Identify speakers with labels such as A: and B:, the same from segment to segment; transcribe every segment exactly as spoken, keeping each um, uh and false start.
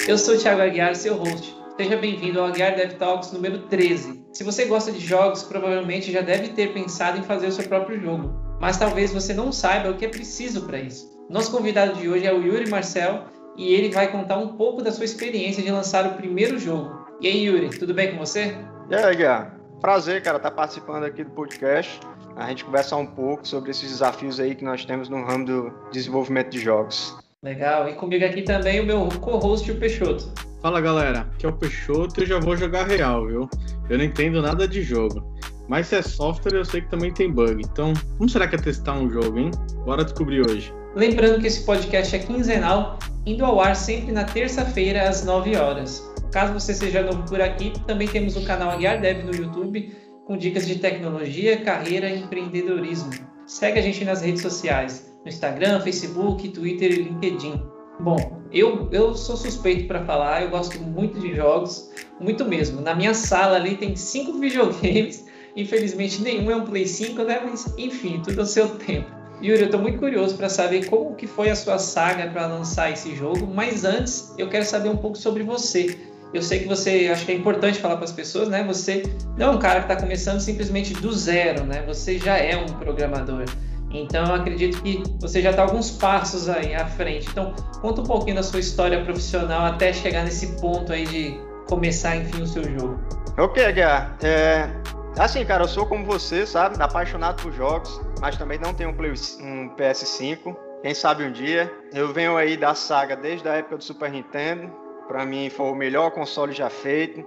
A: Eu sou o Thiago Aguiar, seu host. Seja bem-vindo ao Aguiar Dev Talks número treze. Se você gosta de jogos, provavelmente já deve ter pensado em fazer o seu próprio jogo, mas talvez você não saiba o que é preciso para isso. Nosso convidado de hoje é o Yuri Marcel e ele vai contar um pouco da sua experiência de lançar o primeiro jogo. E aí, Yuri, tudo bem com você?
B: E aí, Aguiar? Prazer, cara, estar participando aqui do podcast. A gente conversar um pouco sobre esses desafios aí que nós temos no ramo do desenvolvimento de jogos.
A: Legal, e comigo aqui também o meu co-host, o Peixoto.
C: Fala, galera, aqui é o Peixoto e eu já vou jogar real, viu? Eu não entendo nada de jogo, mas se é software eu sei que também tem bug, então como será que é testar um jogo, hein? Bora descobrir hoje.
A: Lembrando que esse podcast é quinzenal, indo ao ar sempre na terça-feira às nove horas. Caso você seja novo por aqui, também temos o canal Aguiar Dev no YouTube, com dicas de tecnologia, carreira e empreendedorismo. Segue a gente nas redes sociais, no Instagram, Facebook, Twitter e LinkedIn. Bom, eu, eu sou suspeito para falar, eu gosto muito de jogos, muito mesmo. Na minha sala ali tem cinco videogames, infelizmente nenhum é um Play cinco, né? Mas enfim, tudo ao seu tempo. Yuri, eu estou muito curioso para saber como que foi a sua saga para lançar esse jogo, mas antes eu quero saber um pouco sobre você. Eu sei que você, acho que é importante falar para as pessoas, né? Você não é um cara que está começando simplesmente do zero, né? Você já é um programador. Então, eu acredito que você já está alguns passos aí à frente. Então, conta um pouquinho da sua história profissional até chegar nesse ponto aí de começar, enfim, o seu jogo.
B: Ok, Aguiar. É... Assim, cara, eu sou como você, sabe? Apaixonado por jogos, mas também não tenho um, Play... um P S cinco. Quem sabe um dia. Eu venho aí da saga desde a época do Super Nintendo. Para mim foi o melhor console já feito.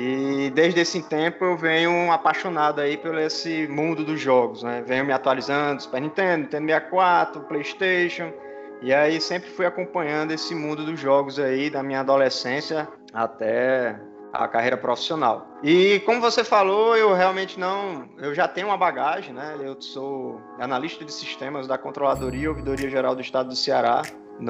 B: E desde esse tempo eu venho apaixonado aí por esse mundo dos jogos, né? Venho me atualizando, Super Nintendo, Nintendo sessenta e quatro, PlayStation. E aí sempre fui acompanhando esse mundo dos jogos aí da minha adolescência até a carreira profissional. E como você falou, eu realmente não... Eu já tenho uma bagagem, né? Eu sou analista de sistemas da Controladoria e Ouvidoria Geral do Estado do Ceará.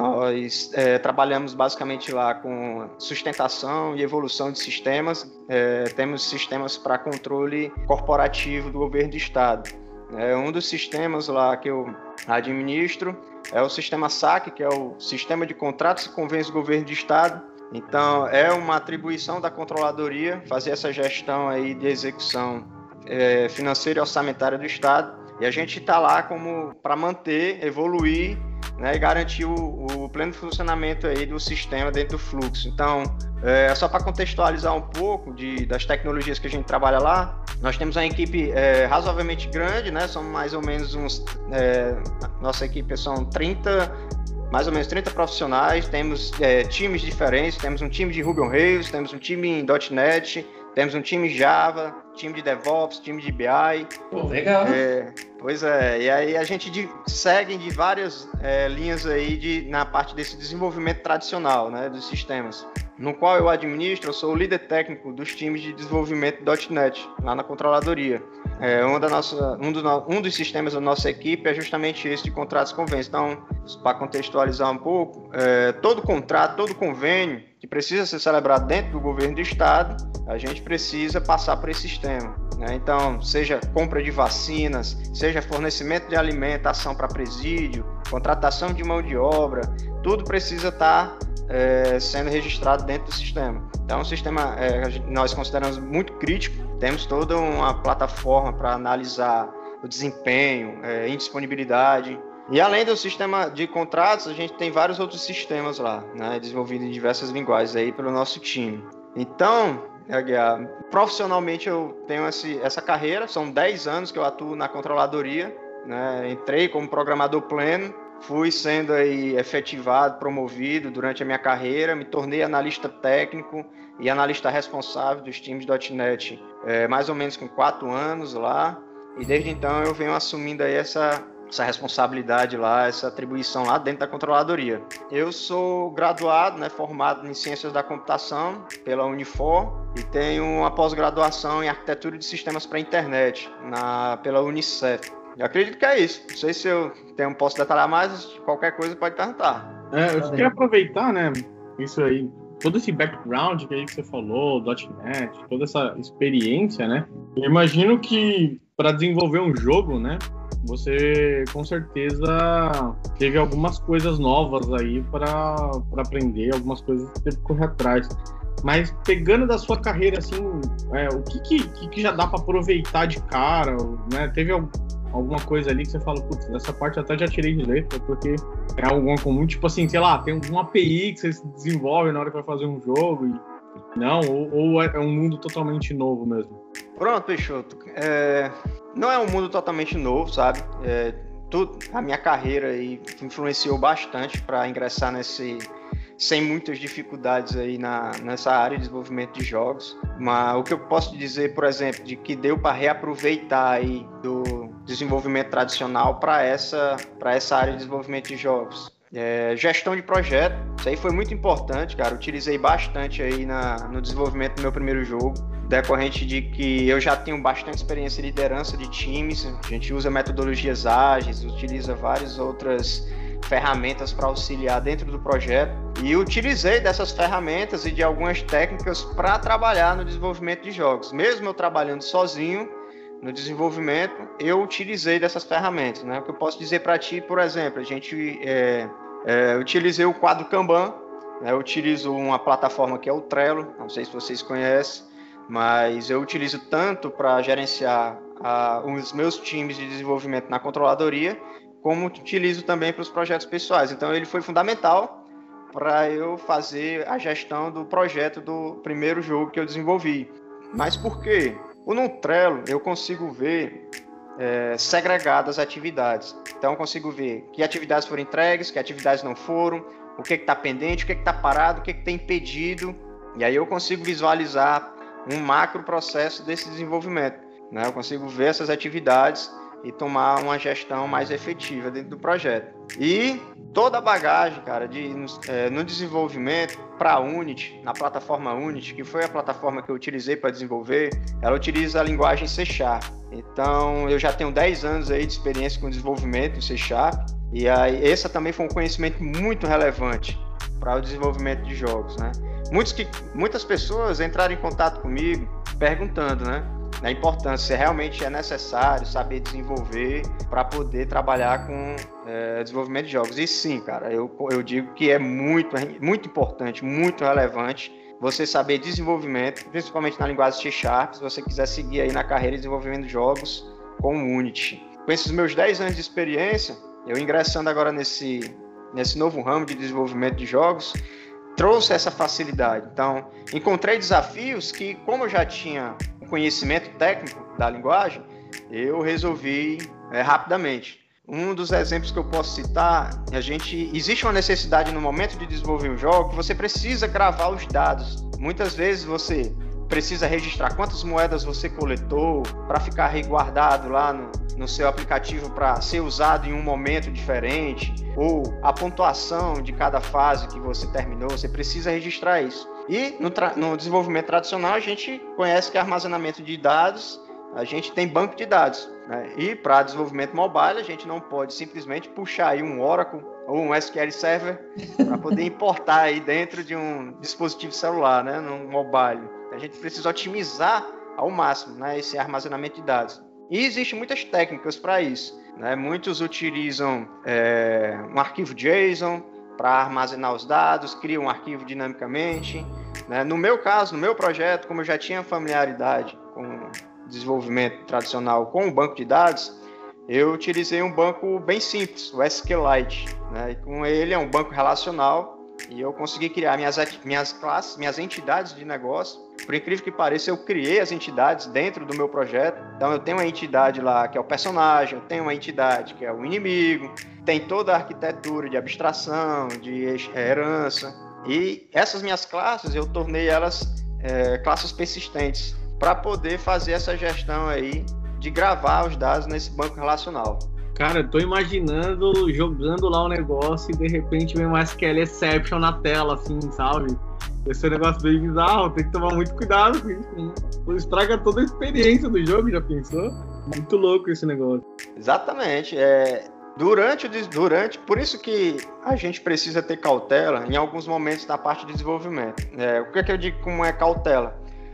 B: Nós é, trabalhamos basicamente lá com sustentação e evolução de sistemas. É, temos sistemas para controle corporativo do governo do estado. É, um dos sistemas lá que eu administro é o sistema S A C, que é o Sistema de Contratos e Convênios do Governo do Estado. Então, é uma atribuição da controladoria fazer essa gestão aí de execução é, financeira e orçamentária do estado. E a gente está lá como para manter, evoluir, né, e garantir o, o pleno funcionamento aí do sistema dentro do fluxo. Então, é, só para contextualizar um pouco de, das tecnologias que a gente trabalha lá, nós temos uma equipe é, razoavelmente grande, né? São mais ou menos uns... É, nossa equipe são trinta, mais ou menos trinta profissionais, temos é, times diferentes, temos um time de Ruby on Rails, temos um time em .NET, temos um time Java, time de DevOps, time de B I.
A: Pô, legal.
B: É, pois é, e aí a gente de, segue de várias é, linhas aí de, na parte desse desenvolvimento tradicional, né, dos sistemas, no qual eu administro, eu sou o líder técnico dos times de desenvolvimento .NET, lá na controladoria. É, uma da nossa, um, do, um dos sistemas da nossa equipe é justamente esse de contratos e convênios. Então, para contextualizar um pouco, é, todo contrato, todo convênio que precisa ser celebrado dentro do governo do estado, a gente precisa passar por esse sistema, né? Então, seja compra de vacinas, seja fornecimento de alimentação para presídio, contratação de mão de obra, tudo precisa estar é, sendo registrado dentro do sistema. Então, é um sistema é, nós consideramos muito crítico, temos toda uma plataforma para analisar o desempenho, é, indisponibilidade. E além do sistema de contratos, a gente tem vários outros sistemas lá, né, desenvolvidos em diversas linguagens aí pelo nosso time. Então, Aguiar, profissionalmente eu tenho esse, essa carreira, são dez anos que eu atuo na controladoria, né, entrei como programador pleno, fui sendo aí efetivado, promovido durante a minha carreira, me tornei analista técnico e analista responsável dos times .NET, é, mais ou menos com quatro anos lá, e desde então eu venho assumindo aí essa... essa responsabilidade lá, essa atribuição lá dentro da controladoria. Eu sou graduado, né, formado em Ciências da Computação pela Unifor e tenho uma pós-graduação em Arquitetura de Sistemas para a Internet na, pela Unicef. Eu acredito que é isso. Não sei se eu tenho, posso detalhar mais, qualquer coisa pode perguntar.
C: É, eu queria aproveitar, né, isso aí, todo esse background que aí que você falou, .NET, toda essa experiência, né? Eu imagino que para desenvolver um jogo, né, você com certeza teve algumas coisas novas aí para aprender, algumas coisas que teve que correr atrás. Mas pegando da sua carreira, assim, é, o que, que, que já dá para aproveitar de cara, né? Teve alguma coisa ali que você fala, putz, essa parte eu até já tirei de letra, porque é algo comum, tipo assim, sei lá, tem uma A P I que você desenvolve na hora que vai fazer um jogo, e não, ou, ou é um mundo totalmente novo mesmo?
B: Pronto, Peixoto. É, não é um mundo totalmente novo, sabe? É, tudo, a minha carreira aí influenciou bastante para ingressar nesse... sem muitas dificuldades aí na, nessa área de desenvolvimento de jogos. Mas o que eu posso dizer, por exemplo, de que deu para reaproveitar aí do desenvolvimento tradicional para essa, para essa área de desenvolvimento de jogos. É, gestão de projeto, isso aí foi muito importante, cara. Utilizei bastante aí na, no desenvolvimento do meu primeiro jogo, decorrente de que eu já tenho bastante experiência em liderança de times. A gente usa metodologias ágeis, utiliza várias outras ferramentas para auxiliar dentro do projeto, e utilizei dessas ferramentas e de algumas técnicas para trabalhar no desenvolvimento de jogos. Mesmo eu trabalhando sozinho no desenvolvimento, eu utilizei dessas ferramentas, né? O que eu posso dizer para ti, por exemplo, a gente é, é, utilizei o quadro Kanban, né? Eu utilizo uma plataforma que é o Trello, não sei se vocês conhecem, mas eu utilizo tanto para gerenciar a, os meus times de desenvolvimento na controladoria, como utilizo também para os projetos pessoais. Então ele foi fundamental para eu fazer a gestão do projeto do primeiro jogo que eu desenvolvi. Mas por quê? No Trello eu consigo ver é, segregadas atividades. Então eu consigo ver que atividades foram entregues, que atividades não foram, o que está pendente, o que está parado, o que está impedido. E aí eu consigo visualizar um macro processo desse desenvolvimento, né? Eu consigo ver essas atividades e tomar uma gestão mais efetiva dentro do projeto. E toda a bagagem, cara, de, é, no desenvolvimento para a Unity, na plataforma Unity, que foi a plataforma que eu utilizei para desenvolver, ela utiliza a linguagem C Sharp. Então, eu já tenho dez anos aí de experiência com desenvolvimento em C Sharp, e aí, esse também foi um conhecimento muito relevante para o desenvolvimento de jogos, né? Muitos que, muitas pessoas entraram em contato comigo perguntando, né, a importância, se realmente é necessário saber desenvolver para poder trabalhar com é, desenvolvimento de jogos. E sim, cara, eu, eu digo que é muito, muito importante, muito relevante você saber desenvolvimento, principalmente na linguagem C Sharp, se você quiser seguir aí na carreira de desenvolvimento de jogos com Unity. Com esses meus dez anos de experiência, eu ingressando agora nesse, nesse novo ramo de desenvolvimento de jogos, trouxe essa facilidade. Então, encontrei desafios que, como eu já tinha conhecimento técnico da linguagem, eu resolvi é, rapidamente. Um dos exemplos que eu posso citar, a gente existe uma necessidade no momento de desenvolver um jogo que você precisa gravar os dados. Muitas vezes você precisa registrar quantas moedas você coletou para ficar resguardado lá no, no seu aplicativo para ser usado em um momento diferente, ou a pontuação de cada fase que você terminou, você precisa registrar isso. E no, no desenvolvimento tradicional a gente conhece que é armazenamento de dados, a gente tem banco de dados, né? E para desenvolvimento mobile a gente não pode simplesmente puxar aí um Oracle ou um S Q L Server para poder importar aí dentro de um dispositivo celular, né, no mobile. A gente precisa otimizar ao máximo, né, esse armazenamento de dados. E existem muitas técnicas para isso, né? Muitos utilizam é, um arquivo JSON para armazenar os dados, criam um arquivo dinamicamente, né? No meu caso, no meu projeto, como eu já tinha familiaridade com desenvolvimento tradicional com o banco de dados, eu utilizei um banco bem simples, o SQLite, né? E com ele é um banco relacional e eu consegui criar minhas, minhas classes, minhas entidades de negócio. Por incrível que pareça, eu criei as entidades dentro do meu projeto. Então eu tenho uma entidade lá que é o personagem, eu tenho uma entidade que é o inimigo, tem toda a arquitetura de abstração, de herança. E essas minhas classes, eu tornei elas é, classes persistentes para poder fazer essa gestão aí de gravar os dados nesse banco relacional.
C: Cara, eu tô imaginando jogando lá o negócio e de repente vem uma S Q L Exception na tela, assim, sabe? Esse é um negócio bem bizarro, tem que tomar muito cuidado com isso. Estraga toda a experiência do jogo, já pensou? Muito louco esse negócio.
B: Exatamente. É, durante, durante, por isso que a gente precisa ter cautela em alguns momentos na parte de desenvolvimento. É, o que, é que eu digo como é cautela?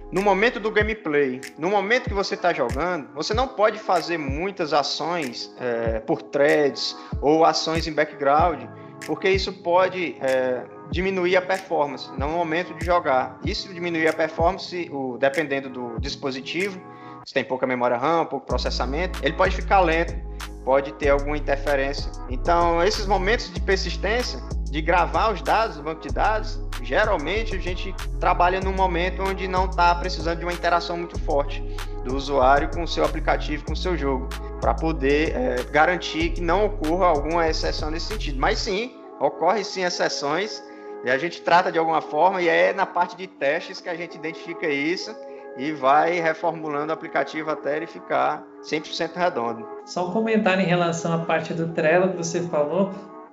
B: no momento do gameplay, no momento que você está jogando, você não pode fazer muitas ações é, por threads ou ações em background, porque isso pode é, diminuir a performance no momento de jogar. Isso diminuir a performance, o, dependendo do dispositivo, se tem pouca memória RAM, pouco processamento, ele pode ficar lento, pode ter alguma interferência. Então, esses momentos de persistência, de gravar os dados do banco de dados, geralmente a gente trabalha num momento onde não está precisando de uma interação muito forte do usuário com o seu aplicativo, com o seu jogo, para poder é, garantir que não ocorra alguma exceção nesse sentido. Mas sim, ocorre sim exceções, e a gente trata de alguma forma, e é na parte de testes que a gente identifica isso e vai reformulando o aplicativo até ele ficar cem por cento redondo.
A: Só um comentário em relação à parte do Trello que você falou,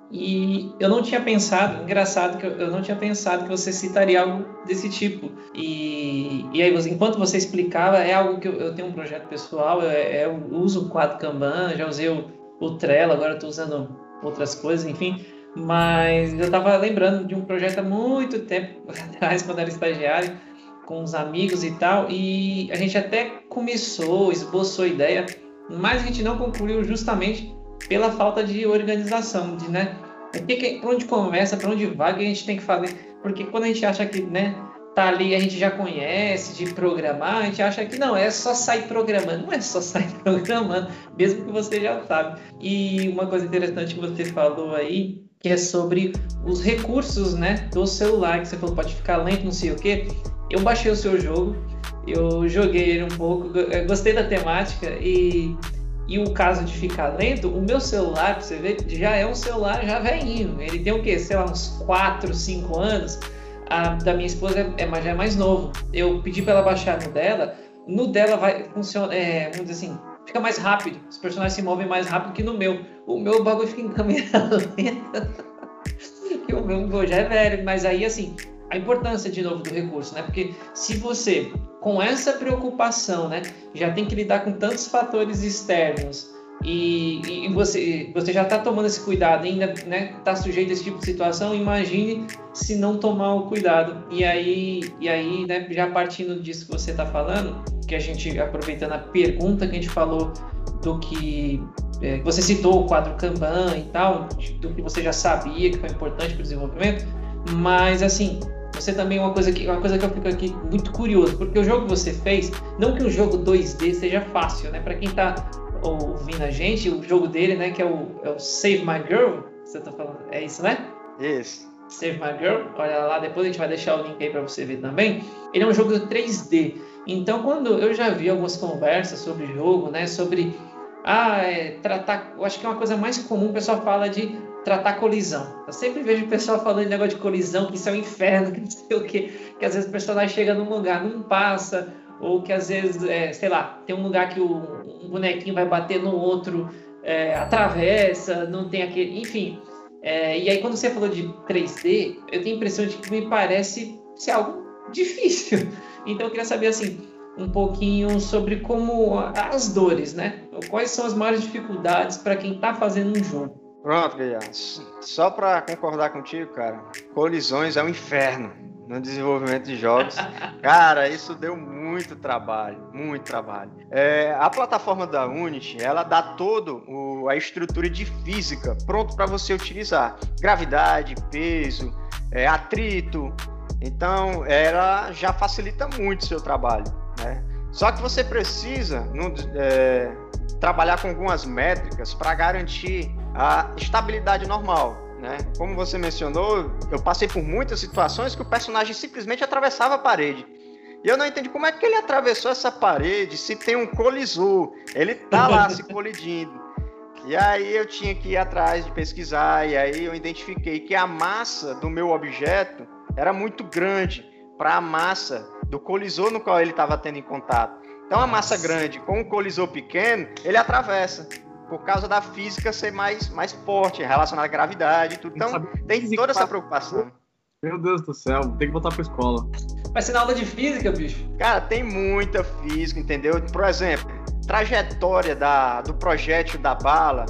A: e eu não tinha pensado, engraçado que eu, eu não tinha pensado que você citaria algo desse tipo. E, e aí, você, enquanto você explicava, é algo que eu, eu tenho um projeto pessoal, eu, eu uso o quadro Kanban, já usei o, o Trello, agora estou usando outras coisas, enfim. Mas eu estava lembrando de um projeto há muito tempo atrás, quando era estagiário, com os amigos e tal, e a gente até começou, esboçou a ideia, mas a gente não concluiu justamente pela falta de organização, de, né, o que que, pra onde começa, para onde vai, o que a gente tem que fazer, porque quando a gente acha que, né, tá ali, a gente já conhece de programar, a gente acha que não, é só sair programando, não é só sair programando, mesmo que você já sabe. E uma coisa interessante que você falou aí, que é sobre os recursos, né, do celular, que você falou, pode ficar lento, não sei o quê. Eu baixei o seu jogo, eu joguei ele um pouco, gostei da temática e, e o caso de ficar lento, o meu celular, pra você ver, já é um celular já velhinho. Ele tem o quê? Sei lá, uns quatro, cinco anos. A da minha esposa é, é, já é mais novo. Eu pedi para ela baixar no dela, no dela vai funcionar, é, vamos dizer assim, fica mais rápido. Os personagens se movem mais rápido que no meu. O meu bagulho fica em câmera lenta. E o meu já é velho, mas aí assim, a importância de novo do recurso, né? Porque se você, com essa preocupação, né, já tem que lidar com tantos fatores externos e, e você, você já está tomando esse cuidado, ainda, né, está sujeito a esse tipo de situação, imagine se não tomar o cuidado. E aí, e aí, né, já partindo disso que você está falando, que a gente, aproveitando a pergunta que a gente falou do que é, você citou o quadro Kanban e tal, do que você já sabia que foi importante para o desenvolvimento, mas assim, você também, uma coisa que, uma coisa que eu fico aqui muito curioso, porque o jogo que você fez, não que o jogo dois D seja fácil, né? Para quem está ouvindo a gente, o jogo dele, né, que é o, é o Save My Girl, você tá falando, é isso, né?
B: Isso.
A: Save My Girl, olha lá, depois a gente vai deixar o link aí para você ver também. Ele é um jogo três D, então quando eu já vi algumas conversas sobre o jogo, né, sobre ah, é, tratar, eu acho que é uma coisa mais comum, o pessoal fala de tratar colisão. Eu sempre vejo o pessoal falando de negócio de colisão, que isso é um inferno, que não sei o quê, que às vezes o personagem chega num lugar, não passa, ou que às vezes, é, sei lá, tem um lugar que o, um bonequinho vai bater no outro, é, atravessa, não tem aquele, enfim. É, e aí quando você falou de três D, eu tenho a impressão de que me parece ser algo difícil. Então eu queria saber, assim, um pouquinho sobre como as dores, né? Quais são as maiores dificuldades para quem está fazendo um jogo?
B: Pronto, Guilherme. Só para concordar contigo, cara, colisões é um inferno no desenvolvimento de jogos. Cara, isso deu muito trabalho, muito trabalho. É, a plataforma da Unity, ela dá todo o, a estrutura de física pronto para você utilizar. Gravidade, peso, é, atrito. Então, ela já facilita muito o seu trabalho, né? Só que você precisa no, é, trabalhar com algumas métricas para garantir a estabilidade normal, né? Como você mencionou, eu passei por muitas situações que o personagem simplesmente atravessava a parede. E eu não entendi como é que ele atravessou essa parede se tem um colisor. Ele tá lá se colidindo. E aí eu tinha que ir atrás de pesquisar, e aí eu identifiquei que a massa do meu objeto era muito grande para a massa do colisor no qual ele estava tendo em contato. Então a massa grande com um colisor pequeno, ele atravessa, por causa da física ser mais, mais forte, relacionada à gravidade e tudo. Então tem toda essa preocupação.
C: Meu Deus do céu, tem que voltar pra escola.
A: Vai ser na aula de física, bicho?
B: Cara, tem muita física, entendeu? Por exemplo, trajetória da, do projétil da bala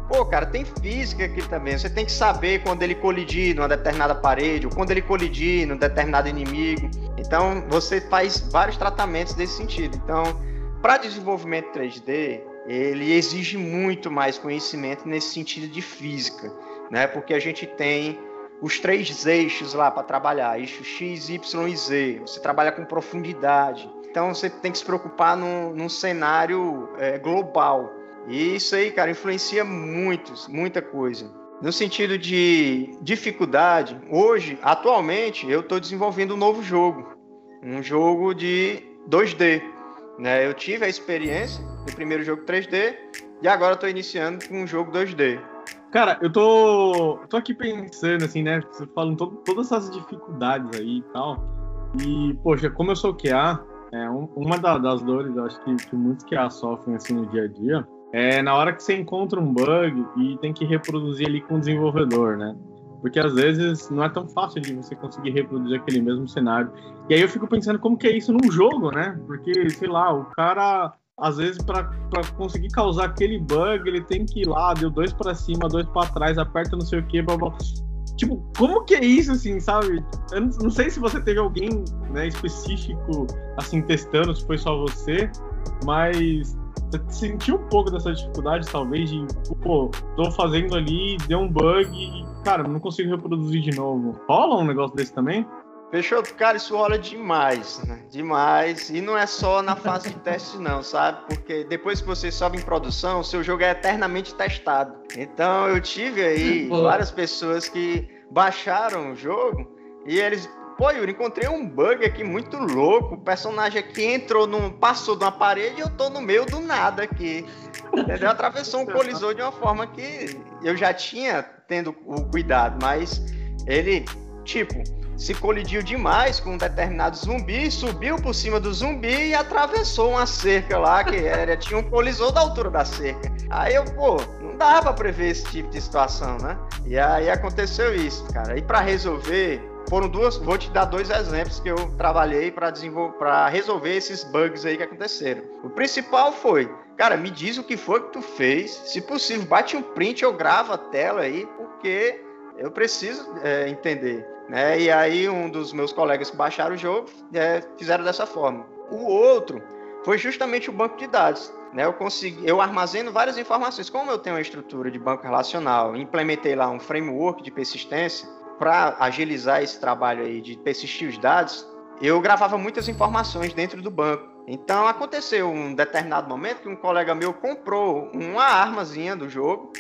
B: Pô, cara, tem física aqui também. Você tem que saber quando ele colidir numa determinada parede, ou quando ele colidir num determinado inimigo. Então, você faz vários tratamentos desse sentido. Então, para desenvolvimento três D, ele exige muito mais conhecimento nesse sentido de física, né? Porque a gente tem os três eixos lá para trabalhar, eixo X, Y e Z. Você trabalha com profundidade. Então, você tem que se preocupar num, num cenário é, global. E isso aí, cara, influencia muito, muita coisa. No sentido de dificuldade, hoje, atualmente, eu estou desenvolvendo um novo jogo. Um jogo de dois D. Né? Eu tive a experiência do primeiro jogo três D e agora estou iniciando com um jogo dois D.
C: Cara, eu tô, tô aqui pensando, assim, né? Você falando todo, todas essas dificuldades aí e tal. E, poxa, como eu sou Q A, é, um, uma da, das dores, eu acho que, que muitos Q A sofrem assim no dia a dia, é na hora que você encontra um bug e tem que reproduzir ali com o desenvolvedor, né? Porque às vezes não é tão fácil de você conseguir reproduzir aquele mesmo cenário. E aí eu fico pensando como que é isso num jogo, né? Porque, sei lá, o cara, às vezes, para conseguir causar aquele bug, ele tem que ir lá, deu dois pra cima, dois pra trás, aperta não sei o que, blá, blá. Tipo, como que é isso, assim, sabe? Eu não, não sei se você teve alguém, né, específico, assim, testando, se foi só você, mas você sentiu um pouco dessa dificuldade, talvez, de, pô, tô fazendo ali, deu um bug e, cara, não consigo reproduzir de novo. Rola um negócio desse também?
B: Fechou? Cara, isso rola demais, né? Demais. E não é só na fase de teste, não, sabe? Porque depois que você sobe em produção, o seu jogo é eternamente testado. Então, eu tive aí várias pessoas que baixaram o jogo e eles... Pô, Yuri, encontrei um bug aqui muito louco. O personagem aqui entrou, num, passou de uma parede e eu tô no meio do nada aqui. Entendeu? Atravessou um colisor de uma forma que eu já tinha tendo o cuidado, mas ele, tipo, se colidiu demais com um determinado zumbi, subiu por cima do zumbi e atravessou uma cerca lá, que era, tinha um colisor da altura da cerca. Aí eu, pô, não dava pra prever esse tipo de situação, né? E aí aconteceu isso, cara. E pra resolver... Foram duas, vou te dar dois exemplos que eu trabalhei para desenvolver, para resolver esses bugs aí que aconteceram. O principal foi, cara, me diz o que foi que tu fez, se possível, bate um print ou grava a tela aí, porque eu preciso é, entender, né? E aí um dos meus colegas que baixaram o jogo é, fizeram dessa forma. O outro foi justamente o banco de dados. Né, eu, consegui, eu armazeno várias informações. Como eu tenho uma estrutura de banco relacional, implementei lá um framework de persistência, para agilizar esse trabalho aí de persistir os dados, eu gravava muitas informações dentro do banco. Então, aconteceu um determinado momento que um colega meu comprou uma armazinha do jogo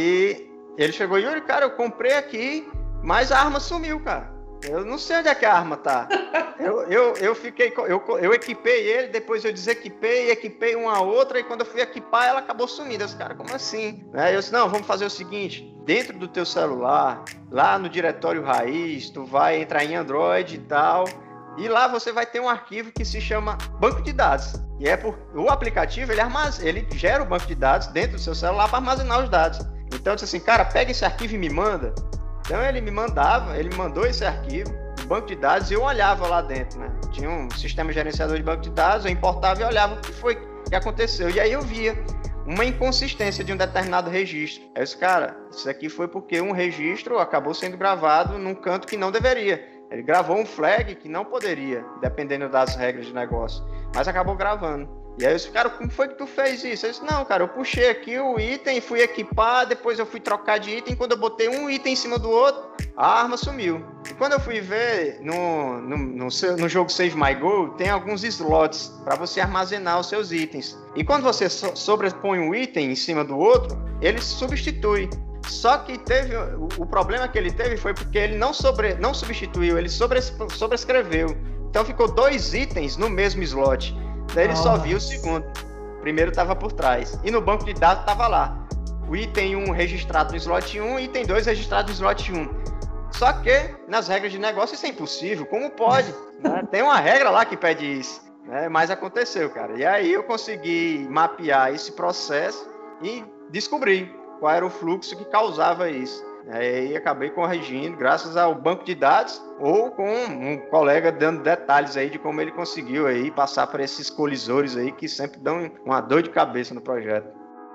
B: e ele chegou, Yuri, cara, eu comprei aqui, mas a arma sumiu, cara. Eu não sei onde é que a arma tá. Eu, eu, eu fiquei, eu, eu equipei ele, depois eu desequipei, equipei uma outra, e quando eu fui equipar, ela acabou sumindo. Eu disse, cara, como assim? Aí eu disse, não, vamos fazer o seguinte, dentro do teu celular, lá no diretório raiz, tu vai entrar em Android e tal, e lá você vai ter um arquivo que se chama banco de dados. E é por o aplicativo, ele, armazena, ele gera o banco de dados dentro do seu celular para armazenar os dados. Então eu disse assim, cara, pega esse arquivo e me manda. Então ele me mandava, ele me mandou esse arquivo do banco de dados e eu olhava lá dentro, né? Tinha um sistema gerenciador de banco de dados, eu importava e olhava o que foi que aconteceu. E aí eu via uma inconsistência de um determinado registro. Aí eu disse, cara, isso aqui foi porque um registro acabou sendo gravado num canto que não deveria. Ele gravou um flag que não poderia, dependendo das regras de negócio, mas acabou gravando. E aí eu disse, cara, como foi que tu fez isso? Eu disse, não, cara, eu puxei aqui o item, fui equipar, depois eu fui trocar de item, quando eu botei um item em cima do outro, a arma sumiu. E quando eu fui ver no, no, no, no jogo Save My Go, tem alguns slots para você armazenar os seus itens. E quando você so, sobrepõe um item em cima do outro, ele se substitui. Só que teve o, o problema que ele teve foi porque ele não, sobre, não substituiu, ele sobre, sobrescreveu. Então ficou dois itens no mesmo slot. Daí ele Nossa. Só viu o segundo. O primeiro estava por trás. E no banco de dados estava lá. O item um registrado no slot um e item dois registrado no slot um. Só que, nas regras de negócio, isso é impossível. Como pode? Né? Tem uma regra lá que pede isso. Né? Mas aconteceu, cara. E aí eu consegui mapear esse processo e descobri qual era o fluxo que causava isso. Aí acabei corrigindo, graças ao banco de dados, ou com um colega dando detalhes aí de como ele conseguiu aí passar por esses colisores aí que sempre dão uma dor de cabeça no projeto.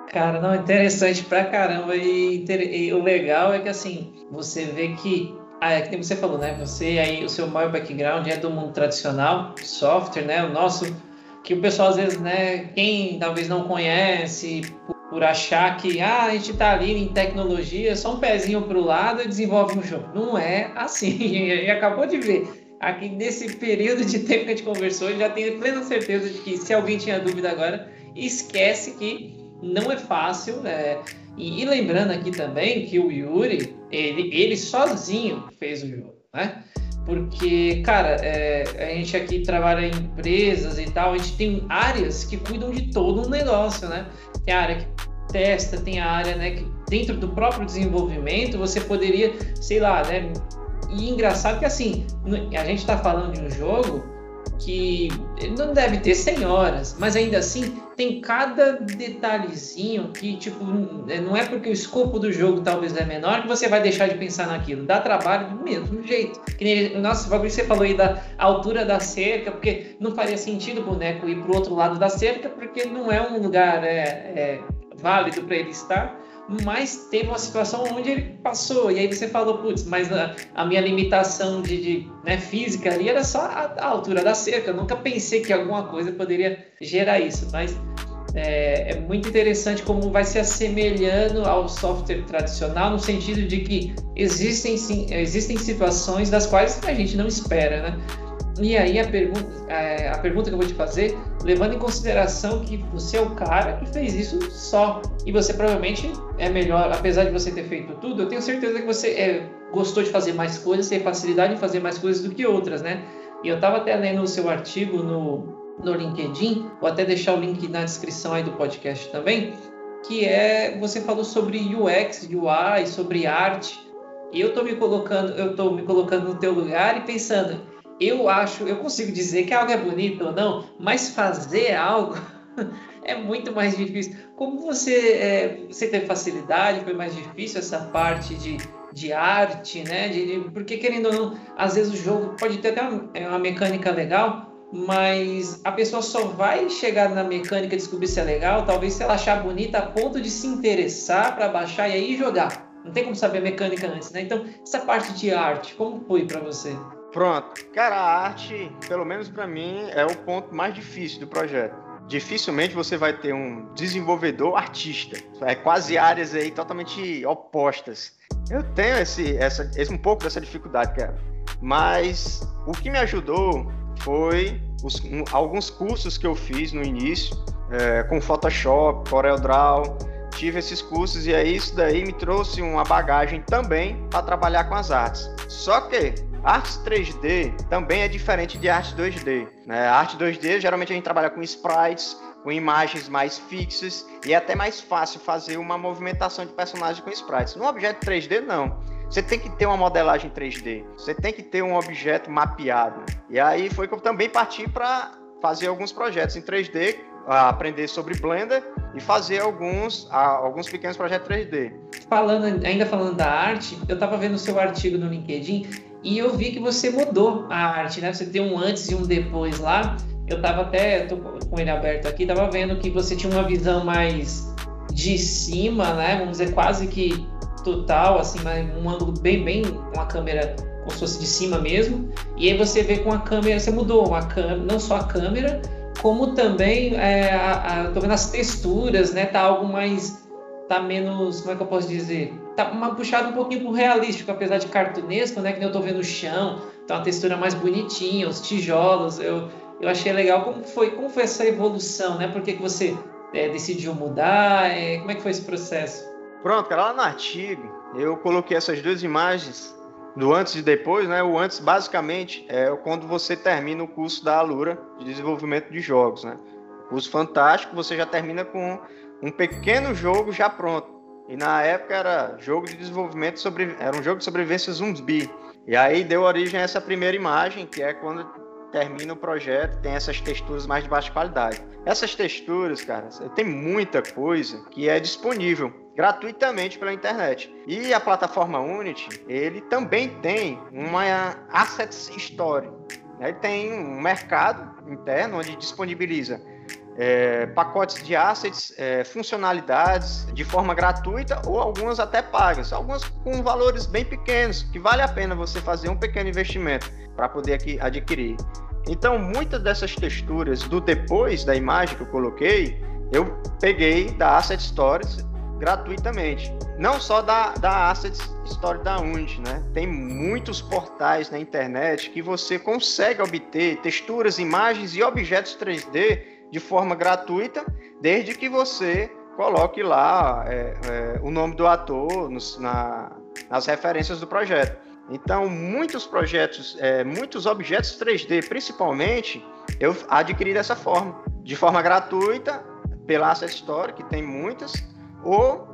A: Cara, não, interessante pra caramba. E, e o legal é que, assim, você vê que, ah, é que nem você falou, né? Você aí, o seu maior background é do mundo tradicional, software, né? O nosso, que o pessoal às vezes, né? Quem talvez não conhece, por, por achar que, ah, a gente tá ali em tecnologia, só um pezinho pro lado e desenvolve um jogo. Não é assim. A gente acabou de ver. Aqui nesse período de tempo que a gente conversou, eu já tenho plena certeza de que se alguém tinha dúvida agora, esquece que não é fácil, né? E, e lembrando aqui também que o Yuri, ele, ele sozinho fez o jogo, né? Porque, cara, é, a gente aqui trabalha em empresas e tal, a gente tem áreas que cuidam de todo um negócio, né? Tem a área que testa, tem a área, né, que dentro do próprio desenvolvimento você poderia, sei lá, né? E engraçado que, assim, a gente está falando de um jogo que não deve ter cem horas, mas ainda assim tem cada detalhezinho que, tipo, não é porque o escopo do jogo talvez é menor que você vai deixar de pensar naquilo. Dá trabalho do mesmo jeito. Que nem, nossa, o bagulho que você falou aí da altura da cerca, porque não faria sentido o boneco ir pro outro lado da cerca, porque não é um lugar é, é, válido para ele estar. Mas teve uma situação onde ele passou, e aí você falou, putz, mas a, a minha limitação de, de né, física ali era só a, a altura da cerca. Eu nunca pensei que alguma coisa poderia gerar isso, mas é, é muito interessante como vai se assemelhando ao software tradicional, no sentido de que existem, sim, existem situações das quais a gente não espera, né? E aí a pergunta, a pergunta que eu vou te fazer, levando em consideração que você é o cara que fez isso só, e você provavelmente é melhor, apesar de você ter feito tudo, eu tenho certeza que você é, gostou de fazer mais coisas, tem facilidade em fazer mais coisas do que outras, né? E eu estava até lendo o seu artigo no, no LinkedIn, vou até deixar o link na descrição aí do podcast também, que é, você falou sobre U X, U I, sobre arte, e eu estou me colocando, eu tô me colocando no teu lugar e pensando... Eu acho, eu consigo dizer que algo é bonito ou não, mas fazer algo é muito mais difícil. Como você, é, você teve facilidade, foi mais difícil essa parte de, de arte, né? De, de, porque, querendo ou não, às vezes o jogo pode ter até uma, uma mecânica legal, mas a pessoa só vai chegar na mecânica e descobrir se é legal, talvez se ela achar bonita a ponto de se interessar para baixar e aí jogar. Não tem como saber a mecânica antes, né? Então, essa parte de arte, como foi para você?
B: Pronto. Cara, a arte, pelo menos para mim, é o ponto mais difícil do projeto. Dificilmente você vai ter um desenvolvedor artista. É quase áreas aí totalmente opostas. Eu tenho esse, essa, esse, um pouco dessa dificuldade, cara. Mas o que me ajudou foi os, um, alguns cursos que eu fiz no início, é, com Photoshop, CorelDRAW. Tive esses cursos e aí isso daí me trouxe uma bagagem também para trabalhar com as artes. Só que artes três D também é diferente de arte dois D, né? A arte dois D, geralmente a gente trabalha com sprites, com imagens mais fixas, e é até mais fácil fazer uma movimentação de personagem com sprites. No objeto três D, não. Você tem que ter uma modelagem três D, você tem que ter um objeto mapeado. E aí foi que eu também parti para fazer alguns projetos em três D, aprender sobre Blender e fazer alguns, alguns pequenos projetos três D.
A: Falando, ainda falando da arte, eu estava vendo o seu artigo no LinkedIn e eu vi que você mudou a arte, né? Você tem um antes e um depois lá. Eu estava até, tô com ele aberto aqui, estava vendo que você tinha uma visão mais de cima, né? Vamos dizer, quase que total, assim, um ângulo bem, bem com a câmera como se fosse de cima mesmo. E aí você vê com a câmera, você mudou a câmera, não só a câmera, como também, é, a, a, tô vendo as texturas, né? Tá algo mais, tá menos, como é que eu posso dizer? Tá uma, puxado um pouquinho pro realístico, apesar de cartunesco, né? Que nem eu tô vendo o chão, tá uma textura mais bonitinha, os tijolos, eu, eu achei legal. Como foi, como foi essa evolução, né? Por que que você é, decidiu mudar? É, como é que foi esse processo?
B: Pronto, cara, lá no artigo, eu coloquei essas duas imagens do antes e depois, né? O antes, basicamente, é quando você termina o curso da Alura de desenvolvimento de jogos, né? Curso fantástico, você já termina com um pequeno jogo já pronto. E na época era jogo de desenvolvimento sobre, era um jogo de sobrevivência zumbi. E aí deu origem a essa primeira imagem, que é quando termina o projeto, tem essas texturas mais de baixa qualidade. Essas texturas, cara, tem muita coisa que é disponível gratuitamente pela internet. E a plataforma Unity, ele também tem uma Assets Store. Ele tem um mercado interno onde disponibiliza é, pacotes de assets, é, funcionalidades de forma gratuita ou algumas até pagas, algumas com valores bem pequenos, que vale a pena você fazer um pequeno investimento para poder aqui adquirir. Então, muitas dessas texturas do depois da imagem que eu coloquei, eu peguei da Asset Stories gratuitamente. Não só da, da Asset Story da Unity, né? Tem muitos portais na internet que você consegue obter texturas, imagens e objetos três D de forma gratuita, desde que você coloque lá é, é, o nome do ator nos, na, nas referências do projeto. Então, muitos projetos, é, muitos objetos três D, principalmente, eu adquiri dessa forma, de forma gratuita, pela Asset Store, que tem muitas, ou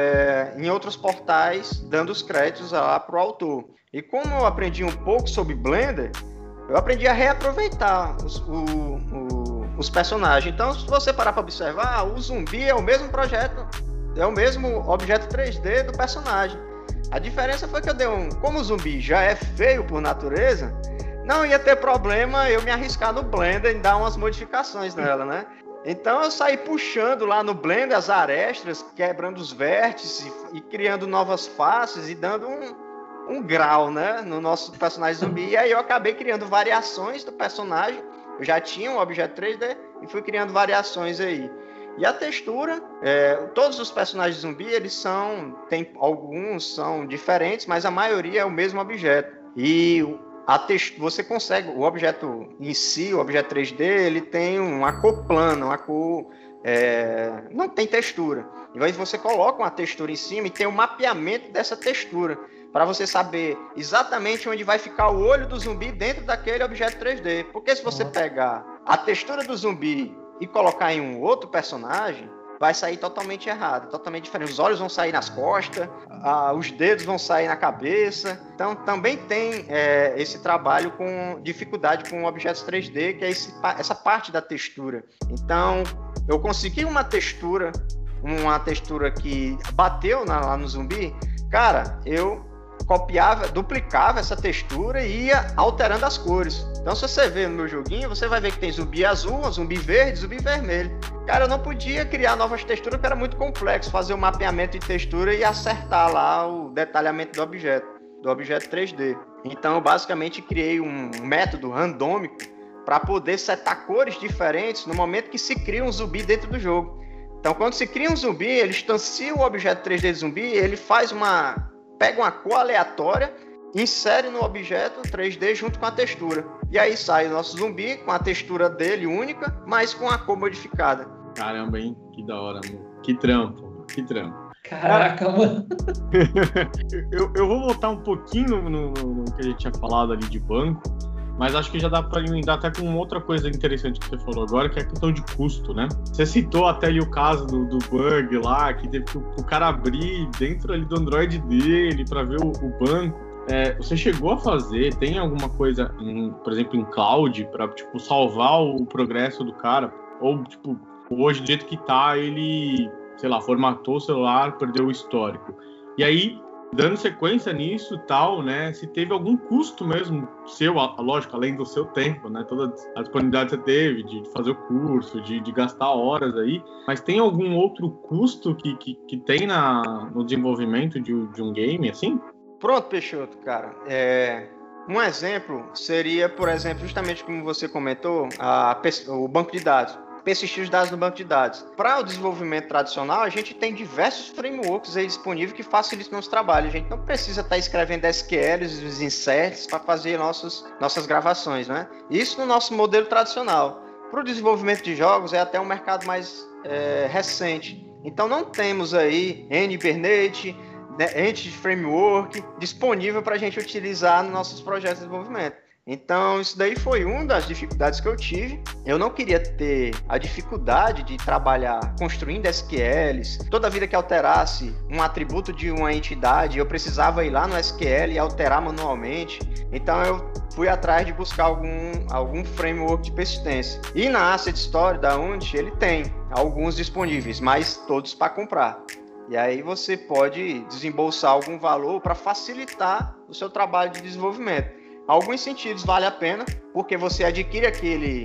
B: é, em outros portais, dando os créditos lá para o autor. E como eu aprendi um pouco sobre Blender, eu aprendi a reaproveitar os, o, o, os personagens. Então, se você parar para observar, o zumbi é o mesmo projeto, é o mesmo objeto três D do personagem. A diferença foi que eu dei um... Como o zumbi já é feio por natureza, não ia ter problema eu me arriscar no Blender e dar umas modificações nela, né? Então eu saí puxando lá no Blender as arestas, quebrando os vértices e, e criando novas faces e dando um, um grau, né, no nosso personagem zumbi. E aí eu acabei criando variações do personagem. Eu já tinha um objeto três D e fui criando variações aí. E a textura, é, todos os personagens zumbi, eles são, tem, alguns são diferentes, mas a maioria é o mesmo objeto. E a textura, você consegue, o objeto em si, o objeto três D, ele tem uma cor plana, uma cor, é, não tem textura. E aí você coloca uma textura em cima e tem um mapeamento dessa textura, para você saber exatamente onde vai ficar o olho do zumbi dentro daquele objeto três D. Porque se você pegar a textura do zumbi e colocar em um outro personagem, vai sair totalmente errado, totalmente diferente. Os olhos vão sair nas costas, ah, os dedos vão sair na cabeça. Então, também tem é, esse trabalho com dificuldade com objetos três D, que é esse, essa parte da textura. Então, eu consegui uma textura, uma textura que bateu na, lá no zumbi. Cara, eu copiava, duplicava essa textura e ia alterando as cores. Então, se você ver no meu joguinho, você vai ver que tem zumbi azul, zumbi verde, zumbi vermelho. Cara, eu não podia criar novas texturas porque era muito complexo fazer o mapeamento de textura e acertar lá o detalhamento do objeto, do objeto três D. Então, eu basicamente criei um método randômico para poder setar cores diferentes no momento que se cria um zumbi dentro do jogo. Então, quando se cria um zumbi, ele instancia o objeto três D de zumbi, ele faz uma... pega uma cor aleatória, insere no objeto três D junto com a textura. E aí sai o nosso zumbi com a textura dele única, mas com a cor modificada.
C: Caramba, hein? Que da hora, mano. Que trampo, que trampo.
A: Caraca, mano.
C: eu, eu vou voltar um pouquinho no, no, no que a gente tinha falado ali de banco, mas acho que já dá para emendar até com outra coisa interessante que você falou agora, que é a questão de custo, né? Você citou até ali o caso do, do bug lá, que teve que o, o cara abrir dentro ali do Android dele para ver o, o banco. É, você chegou a fazer, tem alguma coisa, em, por exemplo, em cloud, para tipo, salvar o progresso do cara? Ou, tipo, hoje, do jeito que tá, ele, sei lá, formatou o celular, perdeu o histórico. E aí, dando sequência nisso e tal, né, se teve algum custo mesmo seu, lógico, além do seu tempo, né, toda a disponibilidade que você teve de fazer o curso, de, de gastar horas aí, mas tem algum outro custo que, que, que tem na, no desenvolvimento de, de um game, assim?
B: Pronto, Peixoto, cara. É, um exemplo seria, por exemplo, justamente como você comentou, a, o banco de dados. Persistir os dados no banco de dados. Para o desenvolvimento tradicional, a gente tem diversos frameworks aí disponíveis que facilitam o nosso trabalho. A gente não precisa estar escrevendo S Q Ls, os inserts para fazer nossos, nossas gravações, né? Isso no nosso modelo tradicional. Para o desenvolvimento de jogos é até um mercado mais é, recente. Então não temos aí N-Hibernate, Entity Framework disponível para a gente utilizar nos nossos projetos de desenvolvimento. Então, isso daí foi uma das dificuldades que eu tive. Eu não queria ter a dificuldade de trabalhar construindo S Q Ls. Toda vida que alterasse um atributo de uma entidade, eu precisava ir lá no S Q L e alterar manualmente. Então, eu fui atrás de buscar algum, algum framework de persistência. E na Asset Store da Unity, ele tem alguns disponíveis, mas todos para comprar. E aí você pode desembolsar algum valor para facilitar o seu trabalho de desenvolvimento. Alguns sentidos vale a pena, porque você adquire aquele,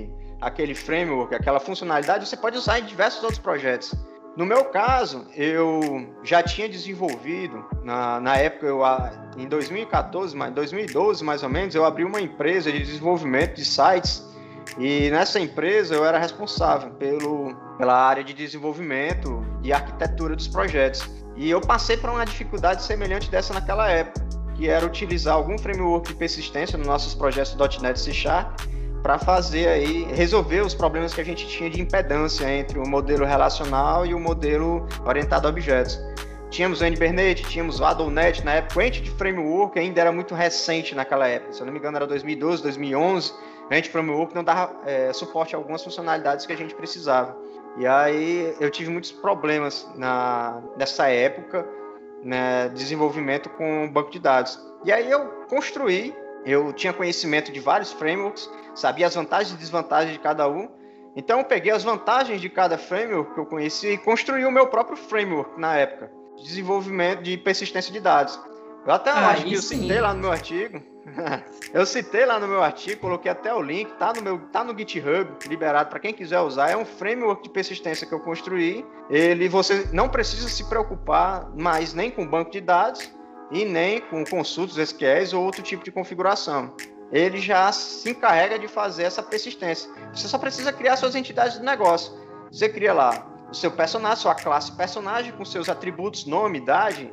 B: aquele framework, aquela funcionalidade, você pode usar em diversos outros projetos. No meu caso, eu já tinha desenvolvido, na, na época, eu, em dois mil e quatorze, dois mil e doze mais ou menos, eu abri uma empresa de desenvolvimento de sites e nessa empresa eu era responsável pelo, pela área de desenvolvimento e arquitetura dos projetos. E eu passei por uma dificuldade semelhante dessa naquela época, que era utilizar algum framework de persistência nos nossos projetos .NET C Sharp para fazer aí, resolver os problemas que a gente tinha de impedância entre o modelo relacional e o modelo orientado a objetos. Tínhamos o Hibernate, tínhamos o Adonet, na época o Entity Framework ainda era muito recente naquela época, se eu não me engano era dois mil e doze, dois mil e onze, o Entity Framework não dava é, suporte a algumas funcionalidades que a gente precisava. E aí eu tive muitos problemas na, nessa época, né, desenvolvimento com banco de dados. E aí eu construí, eu tinha conhecimento de vários frameworks, sabia as vantagens e desvantagens de cada um, então eu peguei as vantagens de cada framework que eu conhecia e construí o meu próprio framework na época, de desenvolvimento de persistência de dados. Eu até ah, acho que eu sim. citei lá no meu artigo, eu citei lá no meu artigo, coloquei até o link, tá no, meu, tá no GitHub, liberado para quem quiser usar, é um framework de persistência que eu construí, ele, você não precisa se preocupar mais nem com banco de dados e nem com consultas S Q Ls ou outro tipo de configuração. Ele já se encarrega de fazer essa persistência. Você só precisa criar suas entidades de negócio. Você cria lá o seu personagem, sua classe personagem, com seus atributos, nome, idade,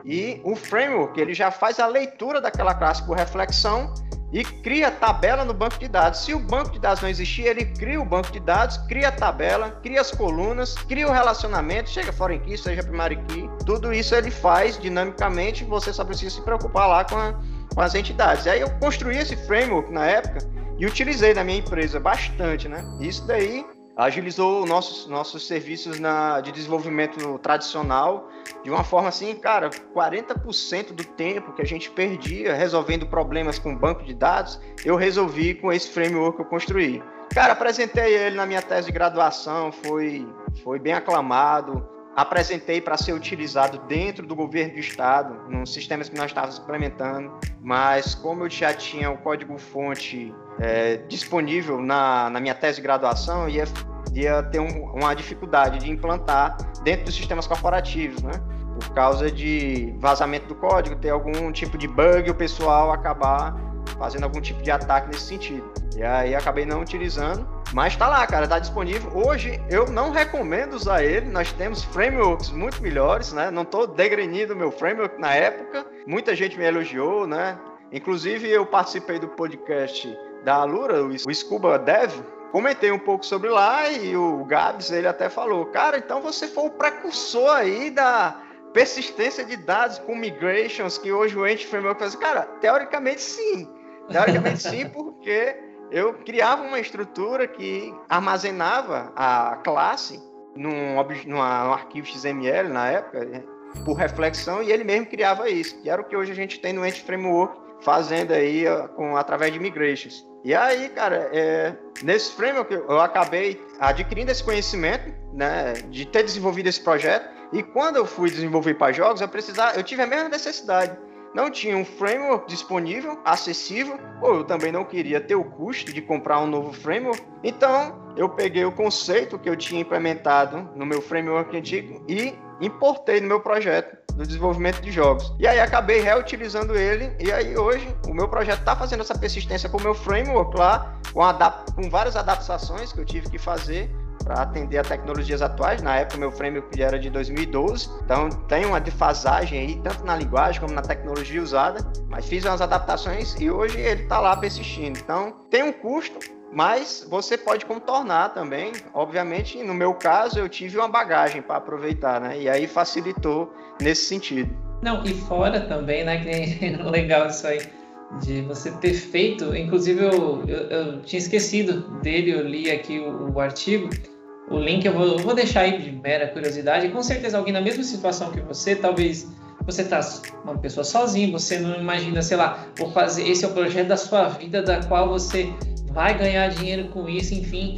B: e o framework ele já faz a leitura daquela classe por reflexão e cria tabela no banco de dados. Se o banco de dados não existir, ele cria o banco de dados, cria a tabela, cria as colunas, cria o relacionamento, chega foreign key, seja primary key, tudo isso ele faz dinamicamente, você só precisa se preocupar lá com, a, com as entidades. Aí eu construí esse framework na época e utilizei na minha empresa bastante, né? Isso daí agilizou nossos, nossos serviços na, de desenvolvimento tradicional de uma forma assim, cara, quarenta por cento do tempo que a gente perdia resolvendo problemas com banco de dados, eu resolvi com esse framework que eu construí. Cara, apresentei ele na minha tese de graduação, foi, foi bem aclamado, apresentei para ser utilizado dentro do governo do estado, nos sistemas que nós estávamos implementando, mas como eu já tinha o código-fonte é, disponível na, na minha tese de graduação, ia, ia ter um, uma dificuldade de implantar dentro dos sistemas corporativos, né? Por causa de vazamento do código, ter algum tipo de bug e o pessoal acabar fazendo algum tipo de ataque nesse sentido. E aí acabei não utilizando, mas tá lá, cara, tá disponível. Hoje eu não recomendo usar ele, nós temos frameworks muito melhores, né? Não tô degrenindo o meu framework na época, muita gente me elogiou, né? Inclusive eu participei do podcast da Alura, o Scuba Dev, comentei um pouco sobre lá e o Gabs, ele até falou, cara, então você foi o precursor aí da persistência de dados com migrations que hoje o Entity Framework faz. Cara, teoricamente sim, teoricamente sim, porque eu criava uma estrutura que armazenava a classe num, numa, num arquivo X M L na época, por reflexão, e ele mesmo criava isso, que era o que hoje a gente tem no Entity Framework, fazendo aí com, através de migrations. E aí, cara, é, nesse framework eu acabei adquirindo esse conhecimento, né, de ter desenvolvido esse projeto, e quando eu fui desenvolver para jogos, eu, precisava, eu tive a mesma necessidade. Não tinha um framework disponível, acessível, ou eu também não queria ter o custo de comprar um novo framework. Então, eu peguei o conceito que eu tinha implementado no meu framework antigo e importei no meu projeto do desenvolvimento de jogos. E aí acabei reutilizando ele, e aí hoje o meu projeto está fazendo essa persistência com o meu framework lá, com, adap- com várias adaptações que eu tive que fazer para atender a tecnologias atuais. Na época, meu framework era de dois mil e doze, então tem uma defasagem aí, tanto na linguagem como na tecnologia usada, mas fiz umas adaptações e hoje ele está lá persistindo. Então, tem um custo, mas você pode contornar também. Obviamente, no meu caso, eu tive uma bagagem para aproveitar, né? E aí facilitou nesse sentido.
A: Não, e fora também, né? Que é legal isso aí, de você ter feito. Inclusive, eu, eu, eu tinha esquecido dele, eu li aqui o, o artigo. O link eu vou, eu vou deixar aí de mera curiosidade. Com certeza, alguém na mesma situação que você, talvez você tá uma pessoa sozinha, você não imagina, sei lá, vou fazer, esse é o projeto da sua vida, da qual você vai ganhar dinheiro com isso, enfim.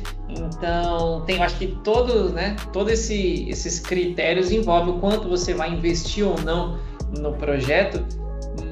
A: Então, tem, eu acho que todo, né, todos esse, esses critérios envolvem o quanto você vai investir ou não no projeto,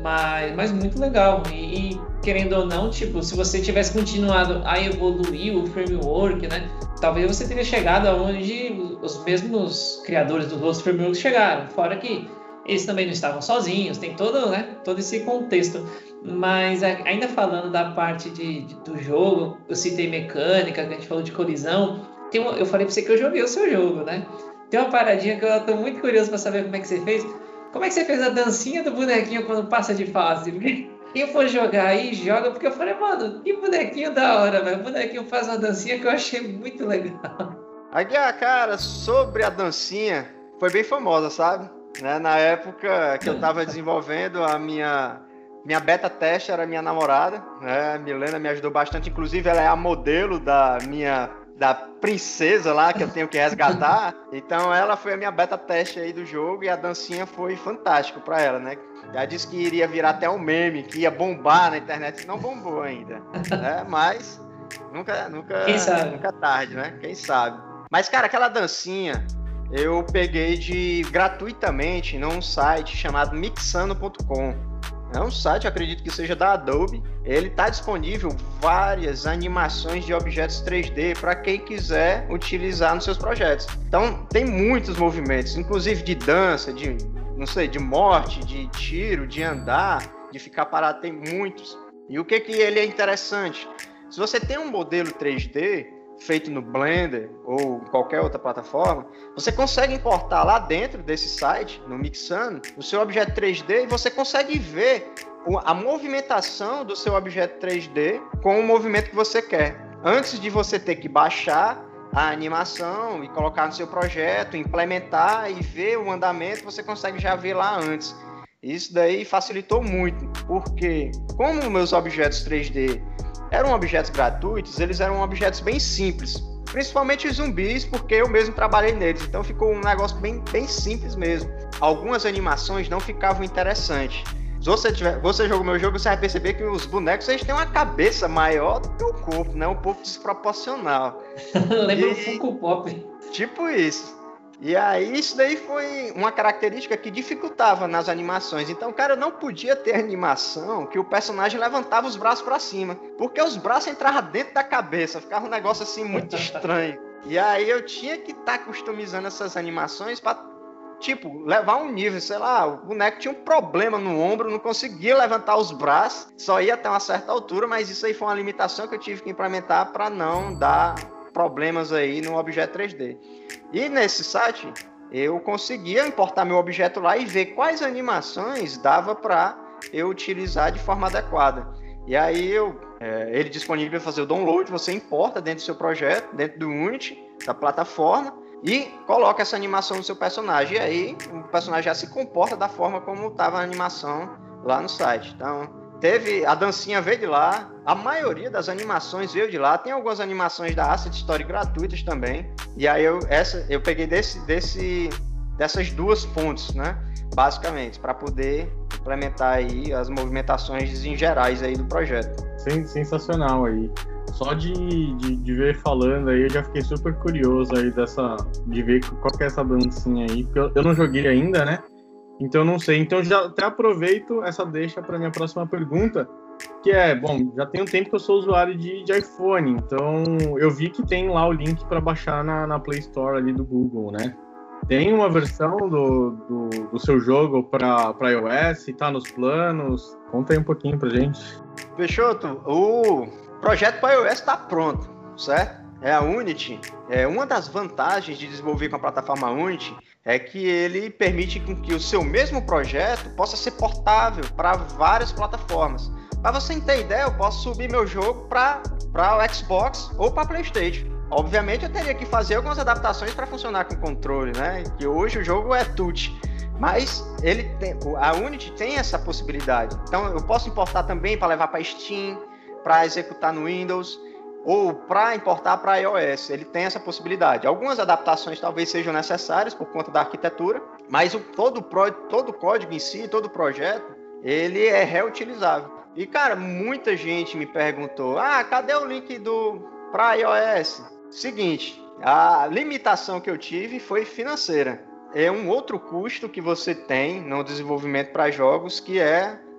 A: Mas, mas muito legal. E, e querendo ou não, tipo, se você tivesse continuado a evoluir o framework, né? Talvez você teria chegado aonde os mesmos criadores dos outros frameworks chegaram. Fora que eles também não estavam sozinhos, tem todo, né, todo esse contexto. Mas ainda falando da parte de, de, do jogo, eu citei mecânica, que a gente falou de colisão. Tem uma, eu falei pra você que eu joguei o seu jogo, né? Tem uma paradinha que eu tô muito curioso pra saber como é que você fez. Como é que você fez a dancinha do bonequinho quando passa de fase? Porque quem for jogar aí, joga, porque eu falei, mano, que bonequinho da hora, velho. O bonequinho faz uma dancinha que eu achei muito legal.
B: Aguiar, cara, sobre a dancinha, foi bem famosa, sabe? Né? Na época que eu tava desenvolvendo a minha... Minha beta teste era minha namorada, né? A Milena me ajudou bastante, inclusive ela é a modelo da minha da princesa lá que eu tenho que resgatar. Então ela foi a minha beta teste aí do jogo e a dancinha foi fantástico para ela, né? Já disse que iria virar até um meme, que ia bombar na internet, não bombou ainda, né? Mas nunca, nunca,
A: Quem sabe?
B: nunca é tarde, né? Quem sabe? Mas cara, aquela dancinha eu peguei de gratuitamente num site chamado mixano ponto com. É um site, acredito que seja da Adobe. Ele está disponível várias animações de objetos três D para quem quiser utilizar nos seus projetos. Então, tem muitos movimentos, inclusive de dança, de, não sei, de morte, de tiro, de andar, de ficar parado, tem muitos. E o que que ele é interessante? Se você tem um modelo três D feito no Blender ou qualquer outra plataforma, você consegue importar lá dentro desse site, no Mixano, o seu objeto três D e você consegue ver a movimentação do seu objeto três D com o movimento que você quer. Antes de você ter que baixar a animação e colocar no seu projeto, implementar e ver o andamento, você consegue já ver lá antes. Isso daí facilitou muito, porque como meus objetos três D eram objetos gratuitos, eles eram objetos bem simples, principalmente os zumbis, porque eu mesmo trabalhei neles, então ficou um negócio bem, bem simples mesmo. Algumas animações não ficavam interessantes. Se você, tiver, você jogou meu jogo, você vai perceber que os bonecos eles têm uma cabeça maior do que o corpo, né? Um pouco desproporcional.
A: Lembra um Funko Pop.
B: Tipo isso. E aí isso daí foi uma característica que dificultava nas animações. Então, cara, não podia ter animação que o personagem levantava os braços para cima, porque os braços entravam dentro da cabeça, ficava um negócio assim muito estranho. E aí eu tinha que estar tá customizando essas animações para, tipo, levar um nível, sei lá, o boneco tinha um problema no ombro, não conseguia levantar os braços, só ia até uma certa altura, mas isso aí foi uma limitação que eu tive que implementar para não dar problemas aí no objeto três D. E nesse site eu conseguia importar meu objeto lá e ver quais animações dava para eu utilizar de forma adequada. E aí eu, é, ele disponível para fazer o download, você importa dentro do seu projeto, dentro do Unity, da plataforma, e coloca essa animação no seu personagem. E aí o personagem já se comporta da forma como estava a animação lá no site. Então, teve, a dancinha veio de lá, a maioria das animações veio de lá, tem algumas animações da Asset Story gratuitas também, e aí eu, essa, eu peguei desse, desse, dessas duas fontes, né, basicamente, para poder implementar aí as movimentações em gerais aí do projeto.
C: Sensacional aí. Só de, de, de ver falando aí, eu já fiquei super curioso aí dessa, de ver qual que é essa dancinha aí, porque eu, eu não joguei ainda, né? Então, eu não sei. Então, já até aproveito essa deixa para minha próxima pergunta, que é, bom, já tem um tempo que eu sou usuário de, de iPhone, então eu vi que tem lá o link para baixar na, na Play Store ali do Google, né? Tem uma versão do, do, do seu jogo para iOS? Tá nos planos? Conta aí um pouquinho pra gente.
B: Peixoto, o projeto para iOS está pronto, certo? É a Unity. É uma das vantagens de desenvolver com a plataforma Unity é que ele permite que o seu mesmo projeto possa ser portável para várias plataformas. Para você ter ideia, eu posso subir meu jogo para o Xbox ou para a PlayStation. Obviamente, eu teria que fazer algumas adaptações para funcionar com controle, né? Que hoje o jogo é touch, mas ele tem, a Unity tem essa possibilidade. Então, eu posso importar também para levar para Steam, para executar no Windows, ou para importar para iOS. Ele tem essa possibilidade. Algumas adaptações talvez sejam necessárias por conta da arquitetura, mas o, todo, o pro, todo o código em si, todo o projeto, ele é reutilizável. E, cara, muita gente me perguntou, ah, cadê o link do para iOS? Seguinte, a limitação que eu tive foi financeira. É um outro custo que você tem no desenvolvimento para jogos, que é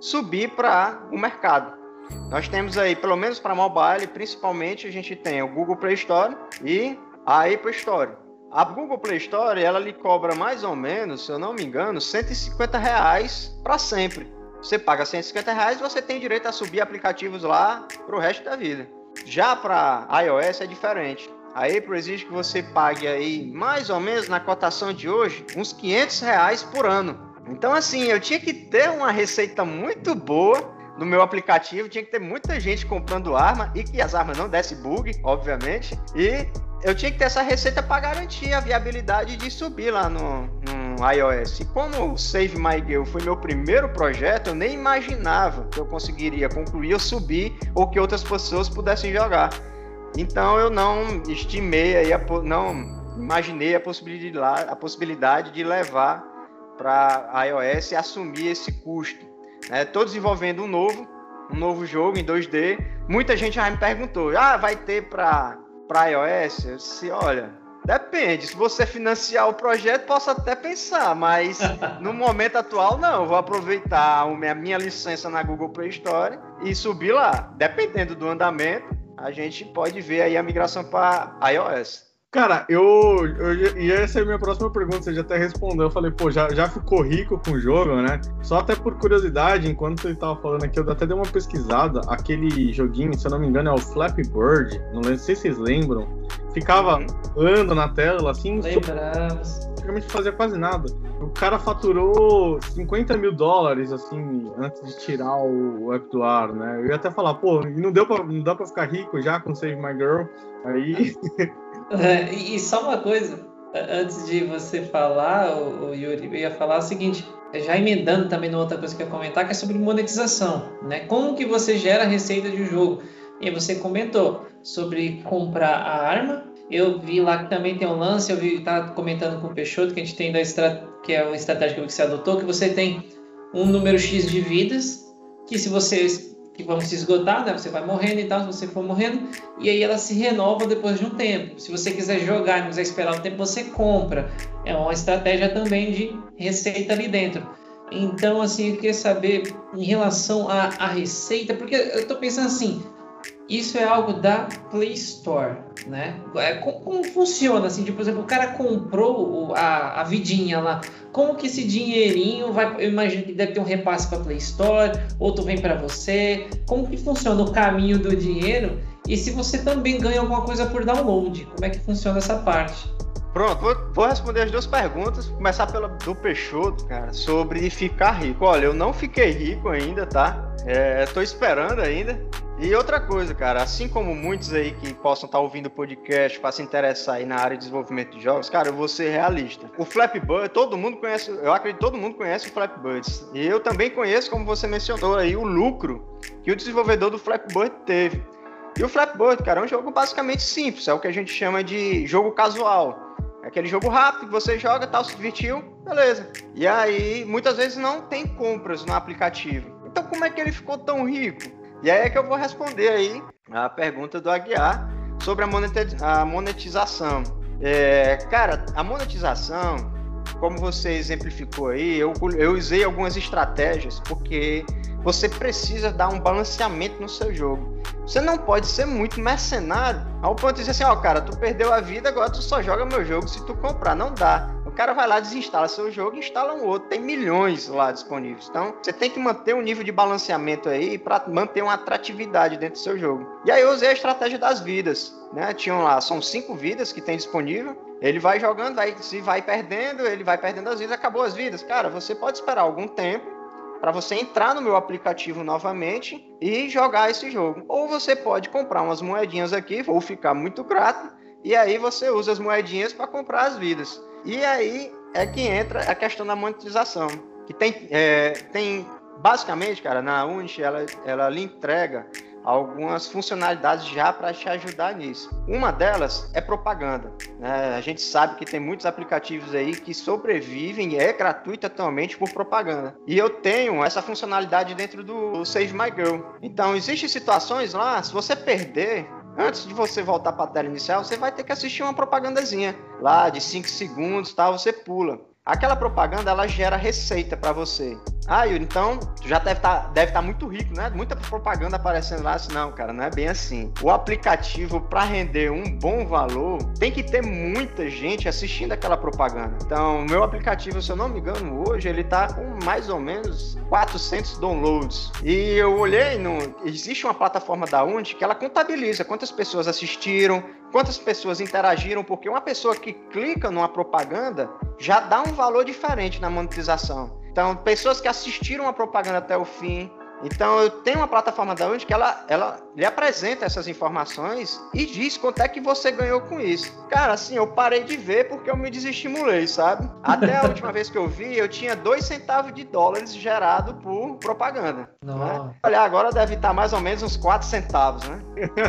B: subir para o mercado. Nós temos aí, pelo menos para mobile, principalmente, a gente tem o Google Play Store e a Apple Store. A Google Play Store, ela lhe cobra mais ou menos, se eu não me engano, cento e cinquenta reais para sempre. Você paga cento e cinquenta reais e você tem direito a subir aplicativos lá para o resto da vida. Já para iOS é diferente. A Apple exige que você pague aí, mais ou menos, na cotação de hoje, uns quinhentos reais por ano. Então, assim, eu tinha que ter uma receita muito boa no meu aplicativo, tinha que ter muita gente comprando arma e que as armas não dessem bug, obviamente, e eu tinha que ter essa receita para garantir a viabilidade de subir lá no, no iOS. E como o Save My Girl foi meu primeiro projeto, eu nem imaginava que eu conseguiria concluir ou subir ou que outras pessoas pudessem jogar. Então eu não estimei, aí a, não imaginei a possibilidade, a possibilidade de levar para iOS e assumir esse custo. Estou desenvolvendo um novo, um novo jogo em dois D. Muita gente já me perguntou, ah, vai ter para para iOS? Eu disse, olha, depende. Se você financiar o projeto, posso até pensar, mas no momento atual, não. Eu vou aproveitar a minha licença na Google Play Store e subir lá. Dependendo do andamento, a gente pode ver aí a migração para iOS.
C: Cara, eu, eu. E essa é a minha próxima pergunta, você já até respondeu. Eu falei, pô, já, já ficou rico com o jogo, né? Só até por curiosidade, enquanto você tava falando aqui, eu até dei uma pesquisada. Aquele joguinho, se eu não me engano, é o Flappy Bird. Não lembro, não sei se vocês lembram. Ficava andando na tela, assim.
A: Lembramos.
C: Praticamente fazia quase nada. O cara faturou cinquenta mil dólares, assim, antes de tirar o app do ar, né? Eu ia até falar, pô, não, deu pra, não dá pra ficar rico já com Save My Girl. Aí.
A: É, e só uma coisa, antes de você falar, o, o Yuri, eu ia falar o seguinte, já emendando também numa outra coisa que eu ia comentar, que é sobre monetização, né? Como que você gera receita de um jogo? E aí você comentou sobre comprar a arma. Eu vi lá que também tem um lance, eu vi, tá comentando com o Peixoto, que a gente tem da estra... que é uma estratégia que você adotou, que você tem um número X de vidas, que se você que vão se esgotar, né? Você vai morrendo e tal, se você for morrendo, e aí ela se renova depois de um tempo. Se você quiser jogar e não quiser esperar um tempo, você compra. É uma estratégia também de receita ali dentro. Então, assim, eu queria saber em relação à, à receita, porque eu tô pensando assim, isso é algo da Play Store, né? Como, como funciona, assim, tipo, por exemplo, o cara comprou a, a vidinha lá, como que esse dinheirinho vai, eu imagino que deve ter um repasse para a Play Store, outro vem para você, como que funciona o caminho do dinheiro e se você também ganha alguma coisa por download, como é que funciona essa parte?
B: Pronto, vou, vou responder as duas perguntas, começar pela do Peixoto, cara, sobre ficar rico. Olha, eu não fiquei rico ainda, tá? É, tô esperando ainda. E outra coisa, cara, assim como muitos aí que possam estar ouvindo o podcast para se interessar aí na área de desenvolvimento de jogos, cara, eu vou ser realista. O Flappy Bird, todo mundo conhece, eu acredito que todo mundo conhece o Flappy Bird. E eu também conheço, como você mencionou aí, o lucro que o desenvolvedor do Flappy Bird teve. E o Flappy Bird, cara, é um jogo basicamente simples, é o que a gente chama de jogo casual. É aquele jogo rápido que você joga, tal, se divertiu, beleza. E aí, muitas vezes não tem compras no aplicativo. Então, como é que ele ficou tão rico? E aí é que eu vou responder aí a pergunta do Aguiar sobre a monetização. É, cara, a monetização, como você exemplificou aí, eu, eu usei algumas estratégias porque você precisa dar um balanceamento no seu jogo. Você não pode ser muito mercenário ao ponto de dizer assim, ó, oh, cara, tu perdeu a vida, agora tu só joga meu jogo se tu comprar. Não dá. O cara vai lá, desinstala seu jogo e instala um outro. Tem milhões lá disponíveis. Então, você tem que manter um nível de balanceamento aí para manter uma atratividade dentro do seu jogo. E aí eu usei a estratégia das vidas, né? Tinham lá, são cinco vidas que tem disponível. Ele vai jogando, vai, se vai perdendo, ele vai perdendo as vidas, acabou as vidas. Cara, você pode esperar algum tempo para você entrar no meu aplicativo novamente e jogar esse jogo. Ou você pode comprar umas moedinhas aqui, ou ficar muito grato, e aí você usa as moedinhas para comprar as vidas. E aí é que entra a questão da monetização, que tem, é, tem basicamente, cara, na Unity, ela, ela lhe entrega algumas funcionalidades já para te ajudar nisso. Uma delas é propaganda, né? A gente sabe que tem muitos aplicativos aí que sobrevivem e é gratuito atualmente por propaganda. E eu tenho essa funcionalidade dentro do Save My Girl. Então, existem situações lá, se você perder, antes de você voltar para a tela inicial, você vai ter que assistir uma propagandazinha lá de cinco segundos, tá? Você pula. aquela propaganda ela gera receita para você. Ah, Yuri, então tu já deve estar tá, deve tá muito rico, né? Muita propaganda aparecendo lá. Assim, não, cara, não é bem assim. O aplicativo, para render um bom valor, tem que ter muita gente assistindo aquela propaganda. Então, o meu aplicativo, se eu não me engano, hoje ele tá com mais ou menos quatrocentos downloads. E eu olhei, no, existe uma plataforma da Unity que ela contabiliza quantas pessoas assistiram, quantas pessoas interagiram, porque uma pessoa que clica numa propaganda já dá um valor diferente na monetização. Então, pessoas que assistiram a propaganda até o fim. Então, eu tenho uma plataforma da Unity que ela, ela lhe apresenta essas informações e diz quanto é que você ganhou com isso. Cara, assim, eu parei de ver porque eu me desestimulei, sabe? Até a última vez que eu vi, eu tinha dois centavos de dólares gerado por propaganda. Né? Olha, agora deve estar mais ou menos uns quatro centavos, né?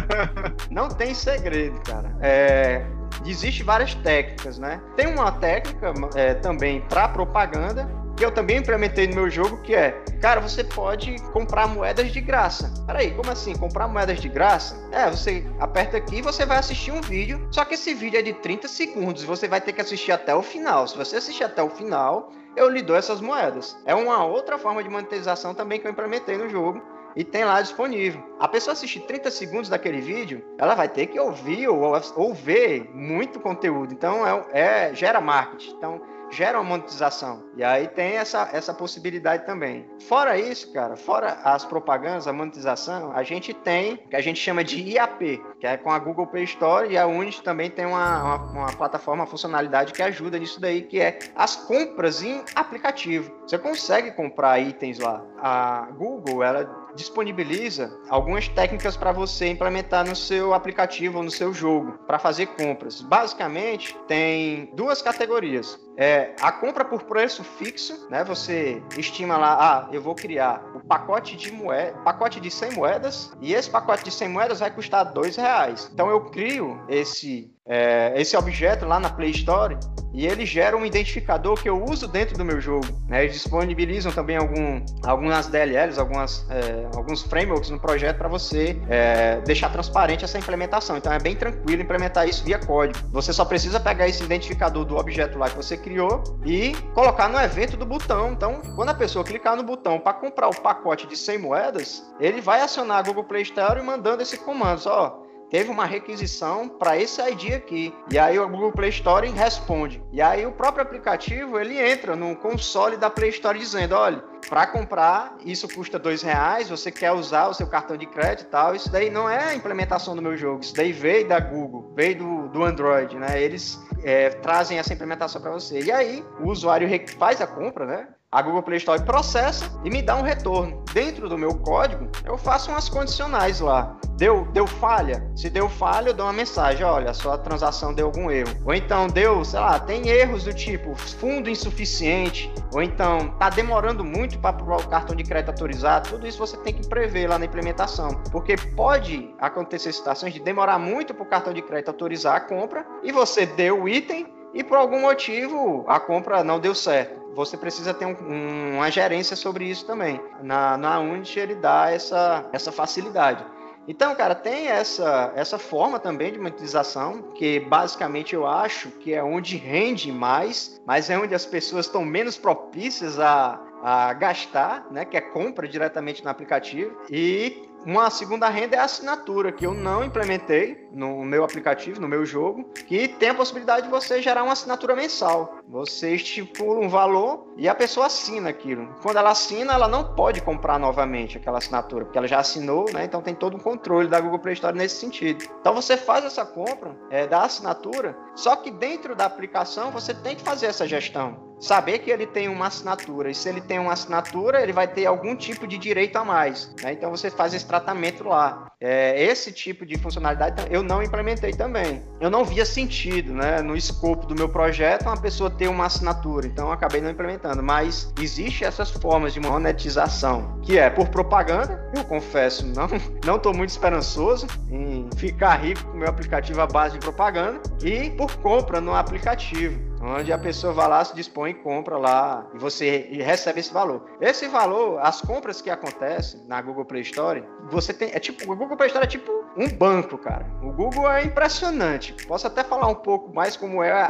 B: Não tem segredo, cara. É... Existem várias técnicas, né? Tem uma técnica é, também para propaganda, que eu também implementei no meu jogo, que é, cara, você pode comprar moedas de graça. Peraí, como assim? Comprar moedas de graça? É, você aperta aqui e você vai assistir um vídeo, só que esse vídeo é de trinta segundos e você vai ter que assistir até o final. Se você assistir até o final, eu lhe dou essas moedas. É uma outra forma de monetização também que eu implementei no jogo e tem lá disponível. A pessoa assistir trinta segundos daquele vídeo, ela vai ter que ouvir ou, ou ver muito conteúdo. Então, é, é, gera marketing. Então, gera uma monetização. E aí tem essa, essa possibilidade também. Fora isso, cara, fora as propagandas, a monetização, a gente tem o que a gente chama de I A P, que é com a Google Play Store, e a Unity também tem uma, uma, uma plataforma, uma funcionalidade que ajuda nisso daí, que é as compras em aplicativo. Você consegue comprar itens lá. A Google, ela disponibiliza algumas técnicas para você implementar no seu aplicativo ou no seu jogo para fazer compras. Basicamente, tem duas categorias. É a compra por preço fixo, né? Você estima lá, ah, eu vou criar o pacote de moeda, pacote de cem moedas, e esse pacote de cem moedas vai custar dois reais. Então eu crio esse É, esse objeto lá na Play Store e ele gera um identificador que eu uso dentro do meu jogo, né? Eles disponibilizam também algum, algumas D L Ls, algumas, é, alguns frameworks no projeto para você é, deixar transparente essa implementação. Então é bem tranquilo implementar isso via código. Você só precisa pegar esse identificador do objeto lá que você criou e colocar no evento do botão. Então, quando a pessoa clicar no botão para comprar o pacote de cem moedas, ele vai acionar a Google Play Store mandando esse comando, ó, teve uma requisição para esse I D aqui. E aí o Google Play Store responde. E aí o próprio aplicativo, ele entra no console da Play Store dizendo, olha, para comprar, isso custa dois reais, você quer usar o seu cartão de crédito e tal. Isso daí não é a implementação do meu jogo, isso daí veio da Google, veio do, do Android, né? Eles é, trazem essa implementação para você. E aí o usuário faz a compra, né? A Google Play Store processa e me dá um retorno. Dentro do meu código, eu faço umas condicionais lá. Deu, deu falha? Se deu falha, eu dou uma mensagem. Olha, a sua transação deu algum erro. Ou então deu, sei lá, tem erros do tipo fundo insuficiente. Ou então tá demorando muito para o cartão de crédito autorizar. Tudo isso você tem que prever lá na implementação. Porque pode acontecer situações de demorar muito para o cartão de crédito autorizar a compra e você deu o item e por algum motivo a compra não deu certo. Você precisa ter um, um, uma gerência sobre isso também. Na, na Unity ele dá essa, essa facilidade. Então, cara, tem essa, essa forma também de monetização, que basicamente eu acho que é onde rende mais, mas é onde as pessoas estão menos propícias a, a gastar, né, que é compra diretamente no aplicativo. E uma segunda renda é a assinatura, que eu não implementei no meu aplicativo, no meu jogo, que tem a possibilidade de você gerar uma assinatura mensal. Você estipula um valor e a pessoa assina aquilo. Quando ela assina, ela não pode comprar novamente aquela assinatura, porque ela já assinou, né? Então tem todo um controle da Google Play Store nesse sentido. Então você faz essa compra é, da assinatura, só que dentro da aplicação você tem que fazer essa gestão. Saber que ele tem uma assinatura, e se ele tem uma assinatura, ele vai ter algum tipo de direito a mais, né? Então você faz esse tratamento lá. É, esse tipo de funcionalidade eu não implementei também. Eu não via sentido, né, no escopo do meu projeto uma pessoa ter uma assinatura, então eu acabei não implementando. Mas existe essas formas de monetização, que é por propaganda. Eu confesso, não não estou muito esperançoso em ficar rico com o meu aplicativo à base de propaganda, e por compra no aplicativo, onde a pessoa vai lá, se dispõe e compra lá, e você recebe esse valor. Esse valor, as compras que acontecem na Google Play Store, você tem, é tipo, o Google Play Store é tipo um banco, cara. O Google é impressionante. Posso até falar um pouco mais como é a,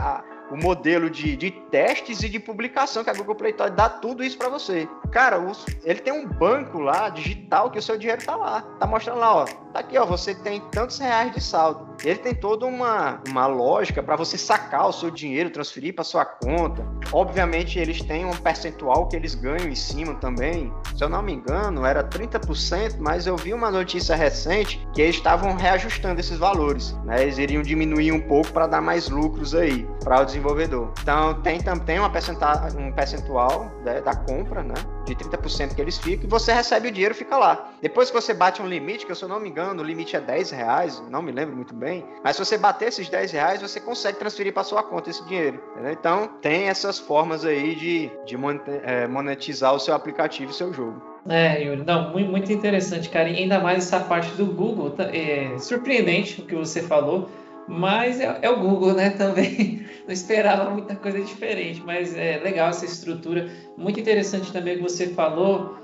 B: o modelo de, de testes e de publicação, que a Google Play Store dá tudo isso para você. Cara, os, ele tem um banco lá, digital, que o seu dinheiro tá lá. Tá mostrando lá, ó. Tá aqui, ó, você tem tantos reais de saldo. Ele tem toda uma, uma lógica para você sacar o seu dinheiro, transferir para sua conta. Obviamente, eles têm um percentual que eles ganham em cima também. Se eu não me engano, era trinta por cento, mas eu vi uma notícia recente que eles estavam reajustando esses valores, né? Eles iriam diminuir um pouco para dar mais lucros aí para o desenvolvedor. Então, tem também uma percentual, um percentual, né, da compra, né, de trinta por cento que eles ficam, e você recebe o dinheiro e fica lá. Depois que você bate um limite, que se eu não me engano, o limite é dez reais, não me lembro muito bem, mas se você bater esses dez reais, você consegue transferir para sua conta esse dinheiro, entendeu? Então, tem essas formas aí de, de monetizar o seu aplicativo e seu jogo.
A: É, Yuri, não, muito, muito interessante, cara, e ainda mais essa parte do Google, tá, é surpreendente o que você falou, mas é, é o Google, né, também, não esperava muita coisa diferente, mas é legal essa estrutura, muito interessante também o que você falou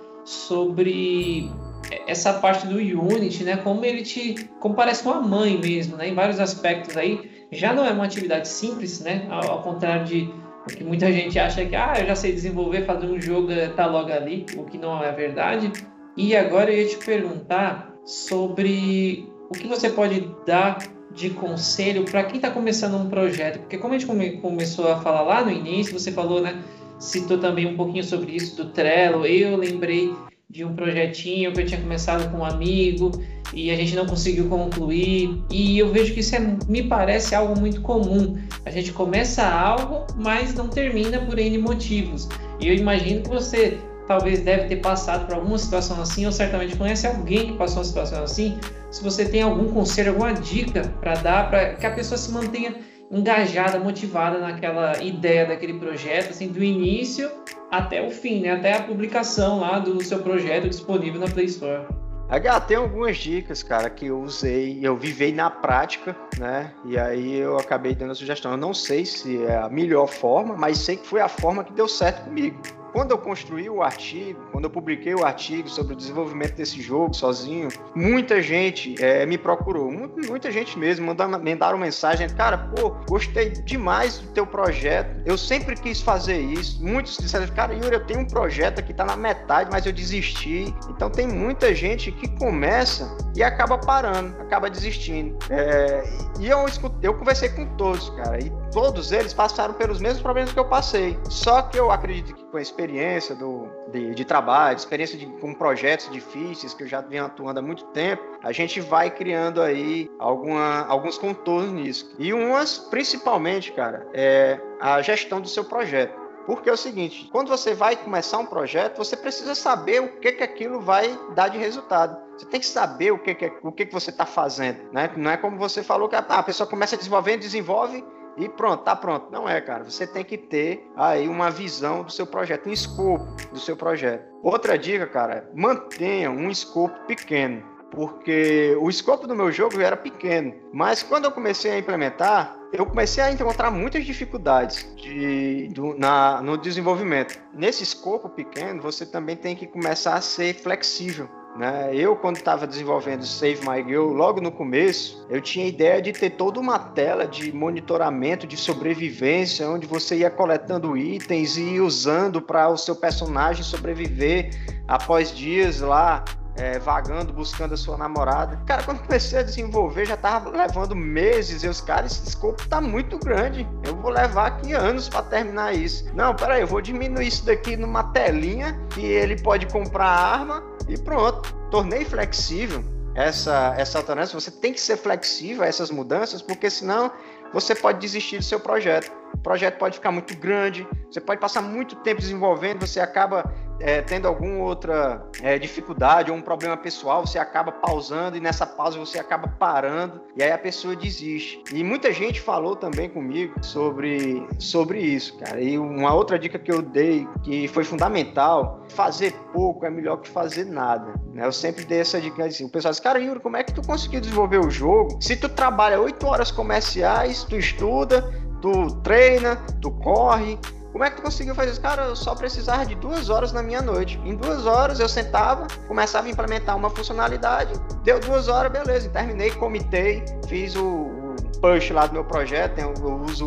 A: sobre essa parte do Unity, né, como ele te, como parece uma mãe mesmo, né, em vários aspectos aí, já não é uma atividade simples, né, ao, ao contrário de que muita gente acha que, ah, eu já sei desenvolver, fazer um jogo, tá logo ali, o que não é verdade. E agora eu ia te perguntar sobre o que você pode dar de conselho para quem está começando um projeto, porque como a gente come, começou a falar lá no início, você falou, né, citou também um pouquinho sobre isso do Trello, eu lembrei de um projetinho que eu tinha começado com um amigo e a gente não conseguiu concluir, e eu vejo que isso é, me parece algo muito comum. A gente começa algo, mas não termina por N motivos, e eu imagino que você talvez deve ter passado por alguma situação assim, ou certamente conhece alguém que passou uma situação assim. Se você tem algum conselho, alguma dica para dar para que a pessoa se mantenha engajada, motivada naquela ideia daquele projeto, assim, do início até o fim, né? Até a publicação lá do seu projeto disponível na Play Store.
B: H, tem algumas dicas, cara, que eu usei, eu vivei na prática, né? E aí eu acabei dando a sugestão. Eu não sei se é a melhor forma, mas sei que foi a forma que deu certo comigo. Quando eu construí o artigo, quando eu publiquei o artigo sobre o desenvolvimento desse jogo sozinho, muita gente é, me procurou, muita, muita gente mesmo, mandaram, mandaram mensagem, cara, pô, gostei demais do teu projeto, eu sempre quis fazer isso. Muitos disseram, cara, Yuri, eu tenho um projeto aqui, tá na metade, mas eu desisti. Então tem muita gente que começa e acaba parando, acaba desistindo. É, e eu, eu conversei com todos, cara, e todos eles passaram pelos mesmos problemas que eu passei. Só que eu acredito que com a experiência do, de, de trabalho, experiência de, com projetos difíceis, que eu já venho atuando há muito tempo, a gente vai criando aí alguma, alguns contornos nisso. E umas, principalmente, cara, é a gestão do seu projeto. Porque é o seguinte, quando você vai começar um projeto, você precisa saber o que que aquilo vai dar de resultado. Você tem que saber o que que, o que, que você está fazendo, né? Não é como você falou que a, a pessoa começa desenvolvendo, desenvolve e pronto, tá pronto. Não é, cara. Você tem que ter aí uma visão do seu projeto, um escopo do seu projeto. Outra dica, cara, mantenha um escopo pequeno. Porque o escopo do meu jogo era pequeno. Mas quando eu comecei a implementar, eu comecei a encontrar muitas dificuldades de, do, na, no desenvolvimento. Nesse escopo pequeno, você também tem que começar a ser flexível, né? Eu, quando estava desenvolvendo Save My Girl, logo no começo, eu tinha a ideia de ter toda uma tela de monitoramento de sobrevivência, onde você ia coletando itens e ir usando para o seu personagem sobreviver após dias lá, É, vagando, buscando a sua namorada. Cara, quando comecei a desenvolver, já tava levando meses, e os caras, esse escopo tá muito grande, eu vou levar aqui anos para terminar isso. Não, peraí, eu vou diminuir isso daqui numa telinha, que ele pode comprar arma, e pronto, tornei flexível essa, essa alternância. Você tem que ser flexível a essas mudanças, porque senão você pode desistir do seu projeto. O projeto pode ficar muito grande, você pode passar muito tempo desenvolvendo, você acaba é, tendo alguma outra é, dificuldade ou um problema pessoal, você acaba pausando e nessa pausa você acaba parando e aí a pessoa desiste. E muita gente falou também comigo sobre, sobre isso, cara. E uma outra dica que eu dei, que foi fundamental, fazer pouco é melhor que fazer nada, né? Eu sempre dei essa dica assim, o pessoal diz, cara, Yuri, como é que tu conseguiu desenvolver o jogo? Se tu trabalha oito horas comerciais, tu estuda, tu treina, tu corre, como é que tu conseguiu fazer isso? Cara, eu só precisava de duas horas na minha noite. Em duas horas eu sentava, começava a implementar uma funcionalidade, deu duas horas, beleza, terminei, comitei, fiz o, o push lá do meu projeto, eu, eu uso o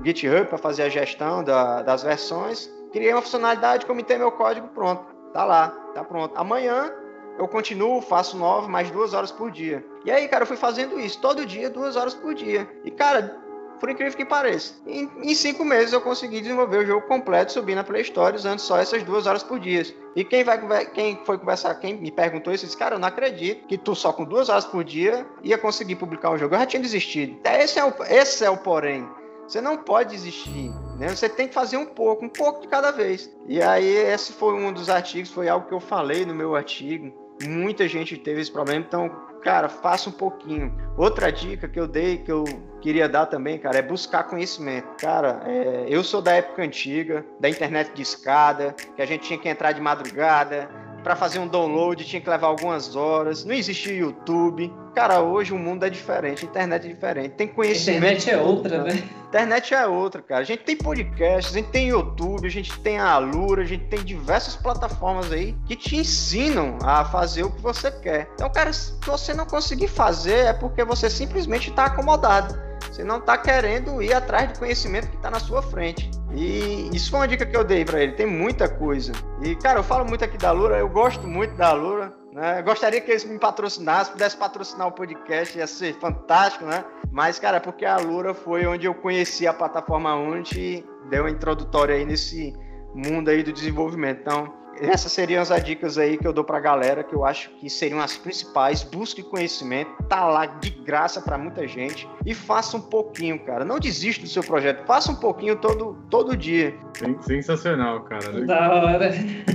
B: GitHub para fazer a gestão da, das versões, criei uma funcionalidade, comitei meu código, pronto, tá lá, tá pronto. Amanhã eu continuo, faço nove, mais duas horas por dia. E aí, cara, eu fui fazendo isso, todo dia, duas horas por dia. E, cara, por incrível que pareça, em, em cinco meses eu consegui desenvolver o jogo completo, subir na Play Store usando só essas duas horas por dia. E quem, vai, quem foi conversar, quem me perguntou isso, disse, cara, eu não acredito que tu só com duas horas por dia ia conseguir publicar um jogo. Eu já tinha desistido. Esse é o, esse é o porém. Você não pode desistir, né? Você tem que fazer um pouco, um pouco de cada vez. E aí esse foi um dos artigos, foi algo que eu falei no meu artigo. Muita gente teve esse problema, então, cara, faça um pouquinho. Outra dica que eu dei, que eu queria dar também, cara, é buscar conhecimento. Cara, é, eu sou da época antiga, da internet de escada, que a gente tinha que entrar de madrugada, para fazer um download tinha que levar algumas horas, não existia YouTube. Cara, hoje o mundo é diferente, a internet é diferente, tem conhecimento.
A: A internet é outra, né?
B: A internet é outra, cara. A gente tem podcasts, a gente tem YouTube, a gente tem a Alura, a gente tem diversas plataformas aí que te ensinam a fazer o que você quer. Então, cara, se você não conseguir fazer, é porque você simplesmente está acomodado. Você não está querendo ir atrás do conhecimento que está na sua frente. E isso foi uma dica que eu dei para ele. Tem muita coisa. E, cara, eu falo muito aqui da Alura. Eu gosto muito da Alura, né? Eu gostaria que eles me patrocinassem, pudesse patrocinar o podcast. Ia ser fantástico, né? Mas, cara, porque a Alura foi onde eu conheci a plataforma Unity e deu uma introdutória aí nesse mundo aí do desenvolvimento. Então, essas seriam as dicas aí que eu dou pra galera, que eu acho que seriam as principais. Busque conhecimento, tá lá de graça pra muita gente e faça um pouquinho, cara. Não desista do seu projeto, faça um pouquinho todo, todo dia.
C: Sensacional, cara.
A: Da hora.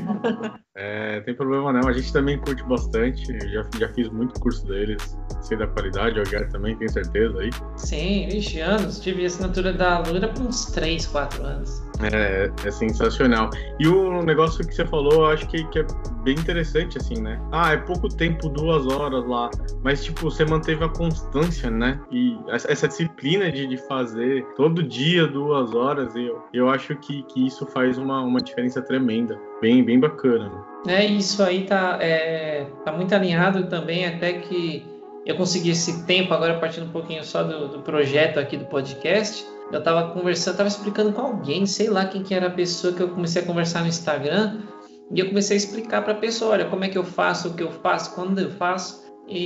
C: É, tem problema não, a gente também curte bastante, já, já fiz muito curso deles, sei da qualidade, o Aguiar também, tenho certeza aí.
A: Sim, vinte anos, tive assinatura da Alura por uns três, quatro anos.
C: É, é sensacional. E o negócio que você falou, eu acho que, que é bem interessante, assim, né? Ah, é pouco tempo, duas horas lá, mas, tipo, você manteve a constância, né? E essa disciplina de, de fazer todo dia duas horas, eu, eu acho que, que isso faz uma, uma diferença tremenda, bem, bem bacana, né?
A: É, isso aí tá, é, tá muito alinhado também, até que eu consegui esse tempo, agora partindo um pouquinho só do, do projeto aqui do podcast. Eu tava conversando, tava explicando com alguém, sei lá quem que era a pessoa, que eu comecei a conversar no Instagram, e eu comecei a explicar pra pessoa, olha, como é que eu faço, o que eu faço, quando eu faço.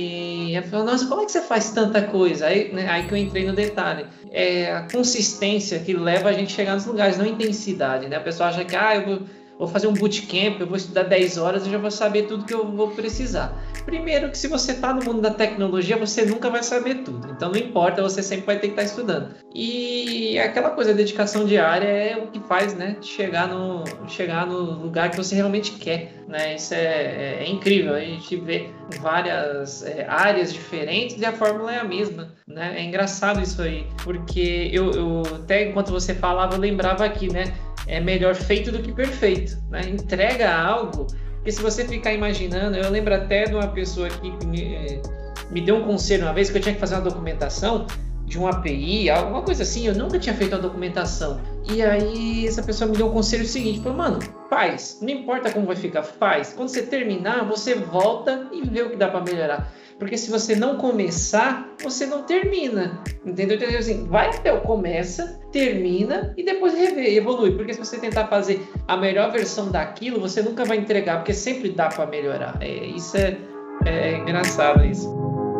A: E ela falou, nossa, como é que você faz tanta coisa? Aí, né, aí que eu entrei no detalhe. É a consistência que leva a gente a chegar nos lugares, não a intensidade, né? A pessoa acha que, ah, eu vou... vou fazer um bootcamp, eu vou estudar dez horas e já vou saber tudo que eu vou precisar. Primeiro que se você está no mundo da tecnologia, você nunca vai saber tudo. Então não importa, você sempre vai ter que estar estudando. E aquela coisa, a dedicação diária é o que faz, né, chegar no, chegar no lugar que você realmente quer, né? Isso é, é incrível, a gente vê várias é, áreas diferentes e a fórmula é a mesma, né? É engraçado isso aí, porque eu, eu até enquanto você falava, eu lembrava aqui, né? É melhor feito do que perfeito, né? Entrega algo, porque se você ficar imaginando, eu lembro até de uma pessoa que me, me deu um conselho uma vez, que eu tinha que fazer uma documentação de um A P I, alguma coisa assim, eu nunca tinha feito uma documentação, e aí essa pessoa me deu um conselho seguinte, falou, mano, faz, não importa como vai ficar, faz, quando você terminar, você volta e vê o que dá para melhorar. Porque se você não começar, você não termina, entendeu? Então, assim, vai até o começa, termina e depois revê, evolui. Porque se você tentar fazer a melhor versão daquilo, você nunca vai entregar, porque sempre dá para melhorar. É, isso é, é engraçado, isso.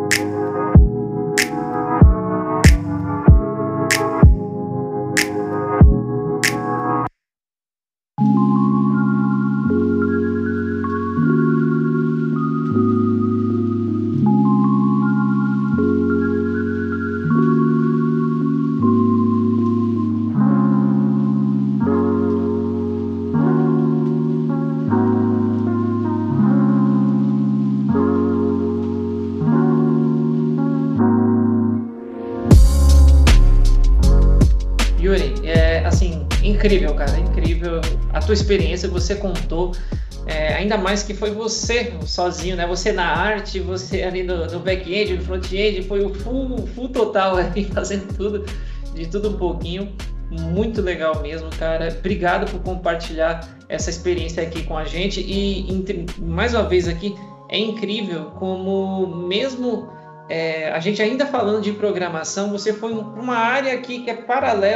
A: Incrível, cara, incrível a tua experiência que você contou, é, ainda mais que foi você sozinho, né? Você na arte, você ali no, no back-end, no front-end, foi o full, full total ali, fazendo tudo, de tudo um pouquinho. Muito legal mesmo, cara. Obrigado por compartilhar essa experiência aqui com a gente e, mais uma vez aqui, é incrível como mesmo é, a gente ainda falando de programação, você foi para uma área aqui que é paralela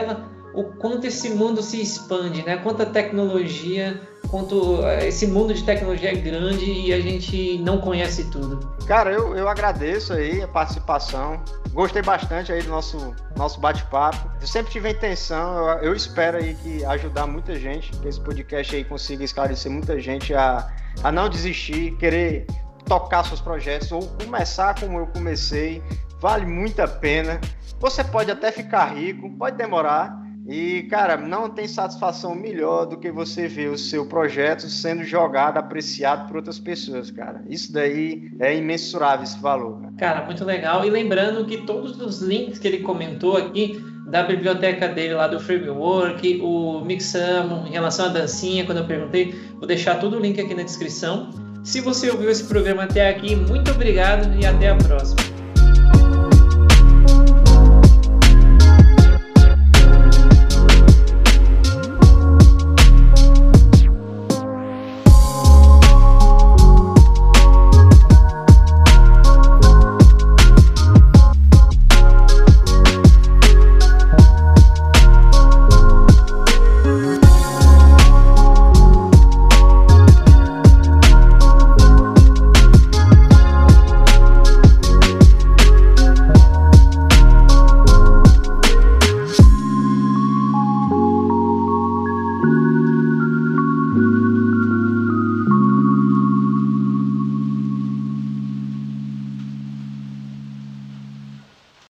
A: o quanto esse mundo se expande, né? Quanta tecnologia, quanto esse mundo de tecnologia é grande e a gente não conhece tudo.
B: Cara, eu, eu agradeço aí a participação. Gostei bastante aí do nosso, nosso bate-papo. Eu sempre tive a intenção, eu, eu espero aí que ajudar muita gente, que esse podcast aí consiga esclarecer muita gente a, a não desistir, querer tocar seus projetos ou começar como eu comecei. Vale muito a pena. Você pode até ficar rico, pode demorar. E, cara, não tem satisfação melhor do que você ver o seu projeto sendo jogado, apreciado por outras pessoas, cara. Isso daí é imensurável, esse valor, cara.
A: Cara, muito legal. E lembrando que todos os links que ele comentou aqui, da biblioteca dele lá do Framework, o Mixamo, em relação à dancinha, quando eu perguntei, vou deixar todo o link aqui na descrição. Se você ouviu esse programa até aqui, muito obrigado e até a próxima.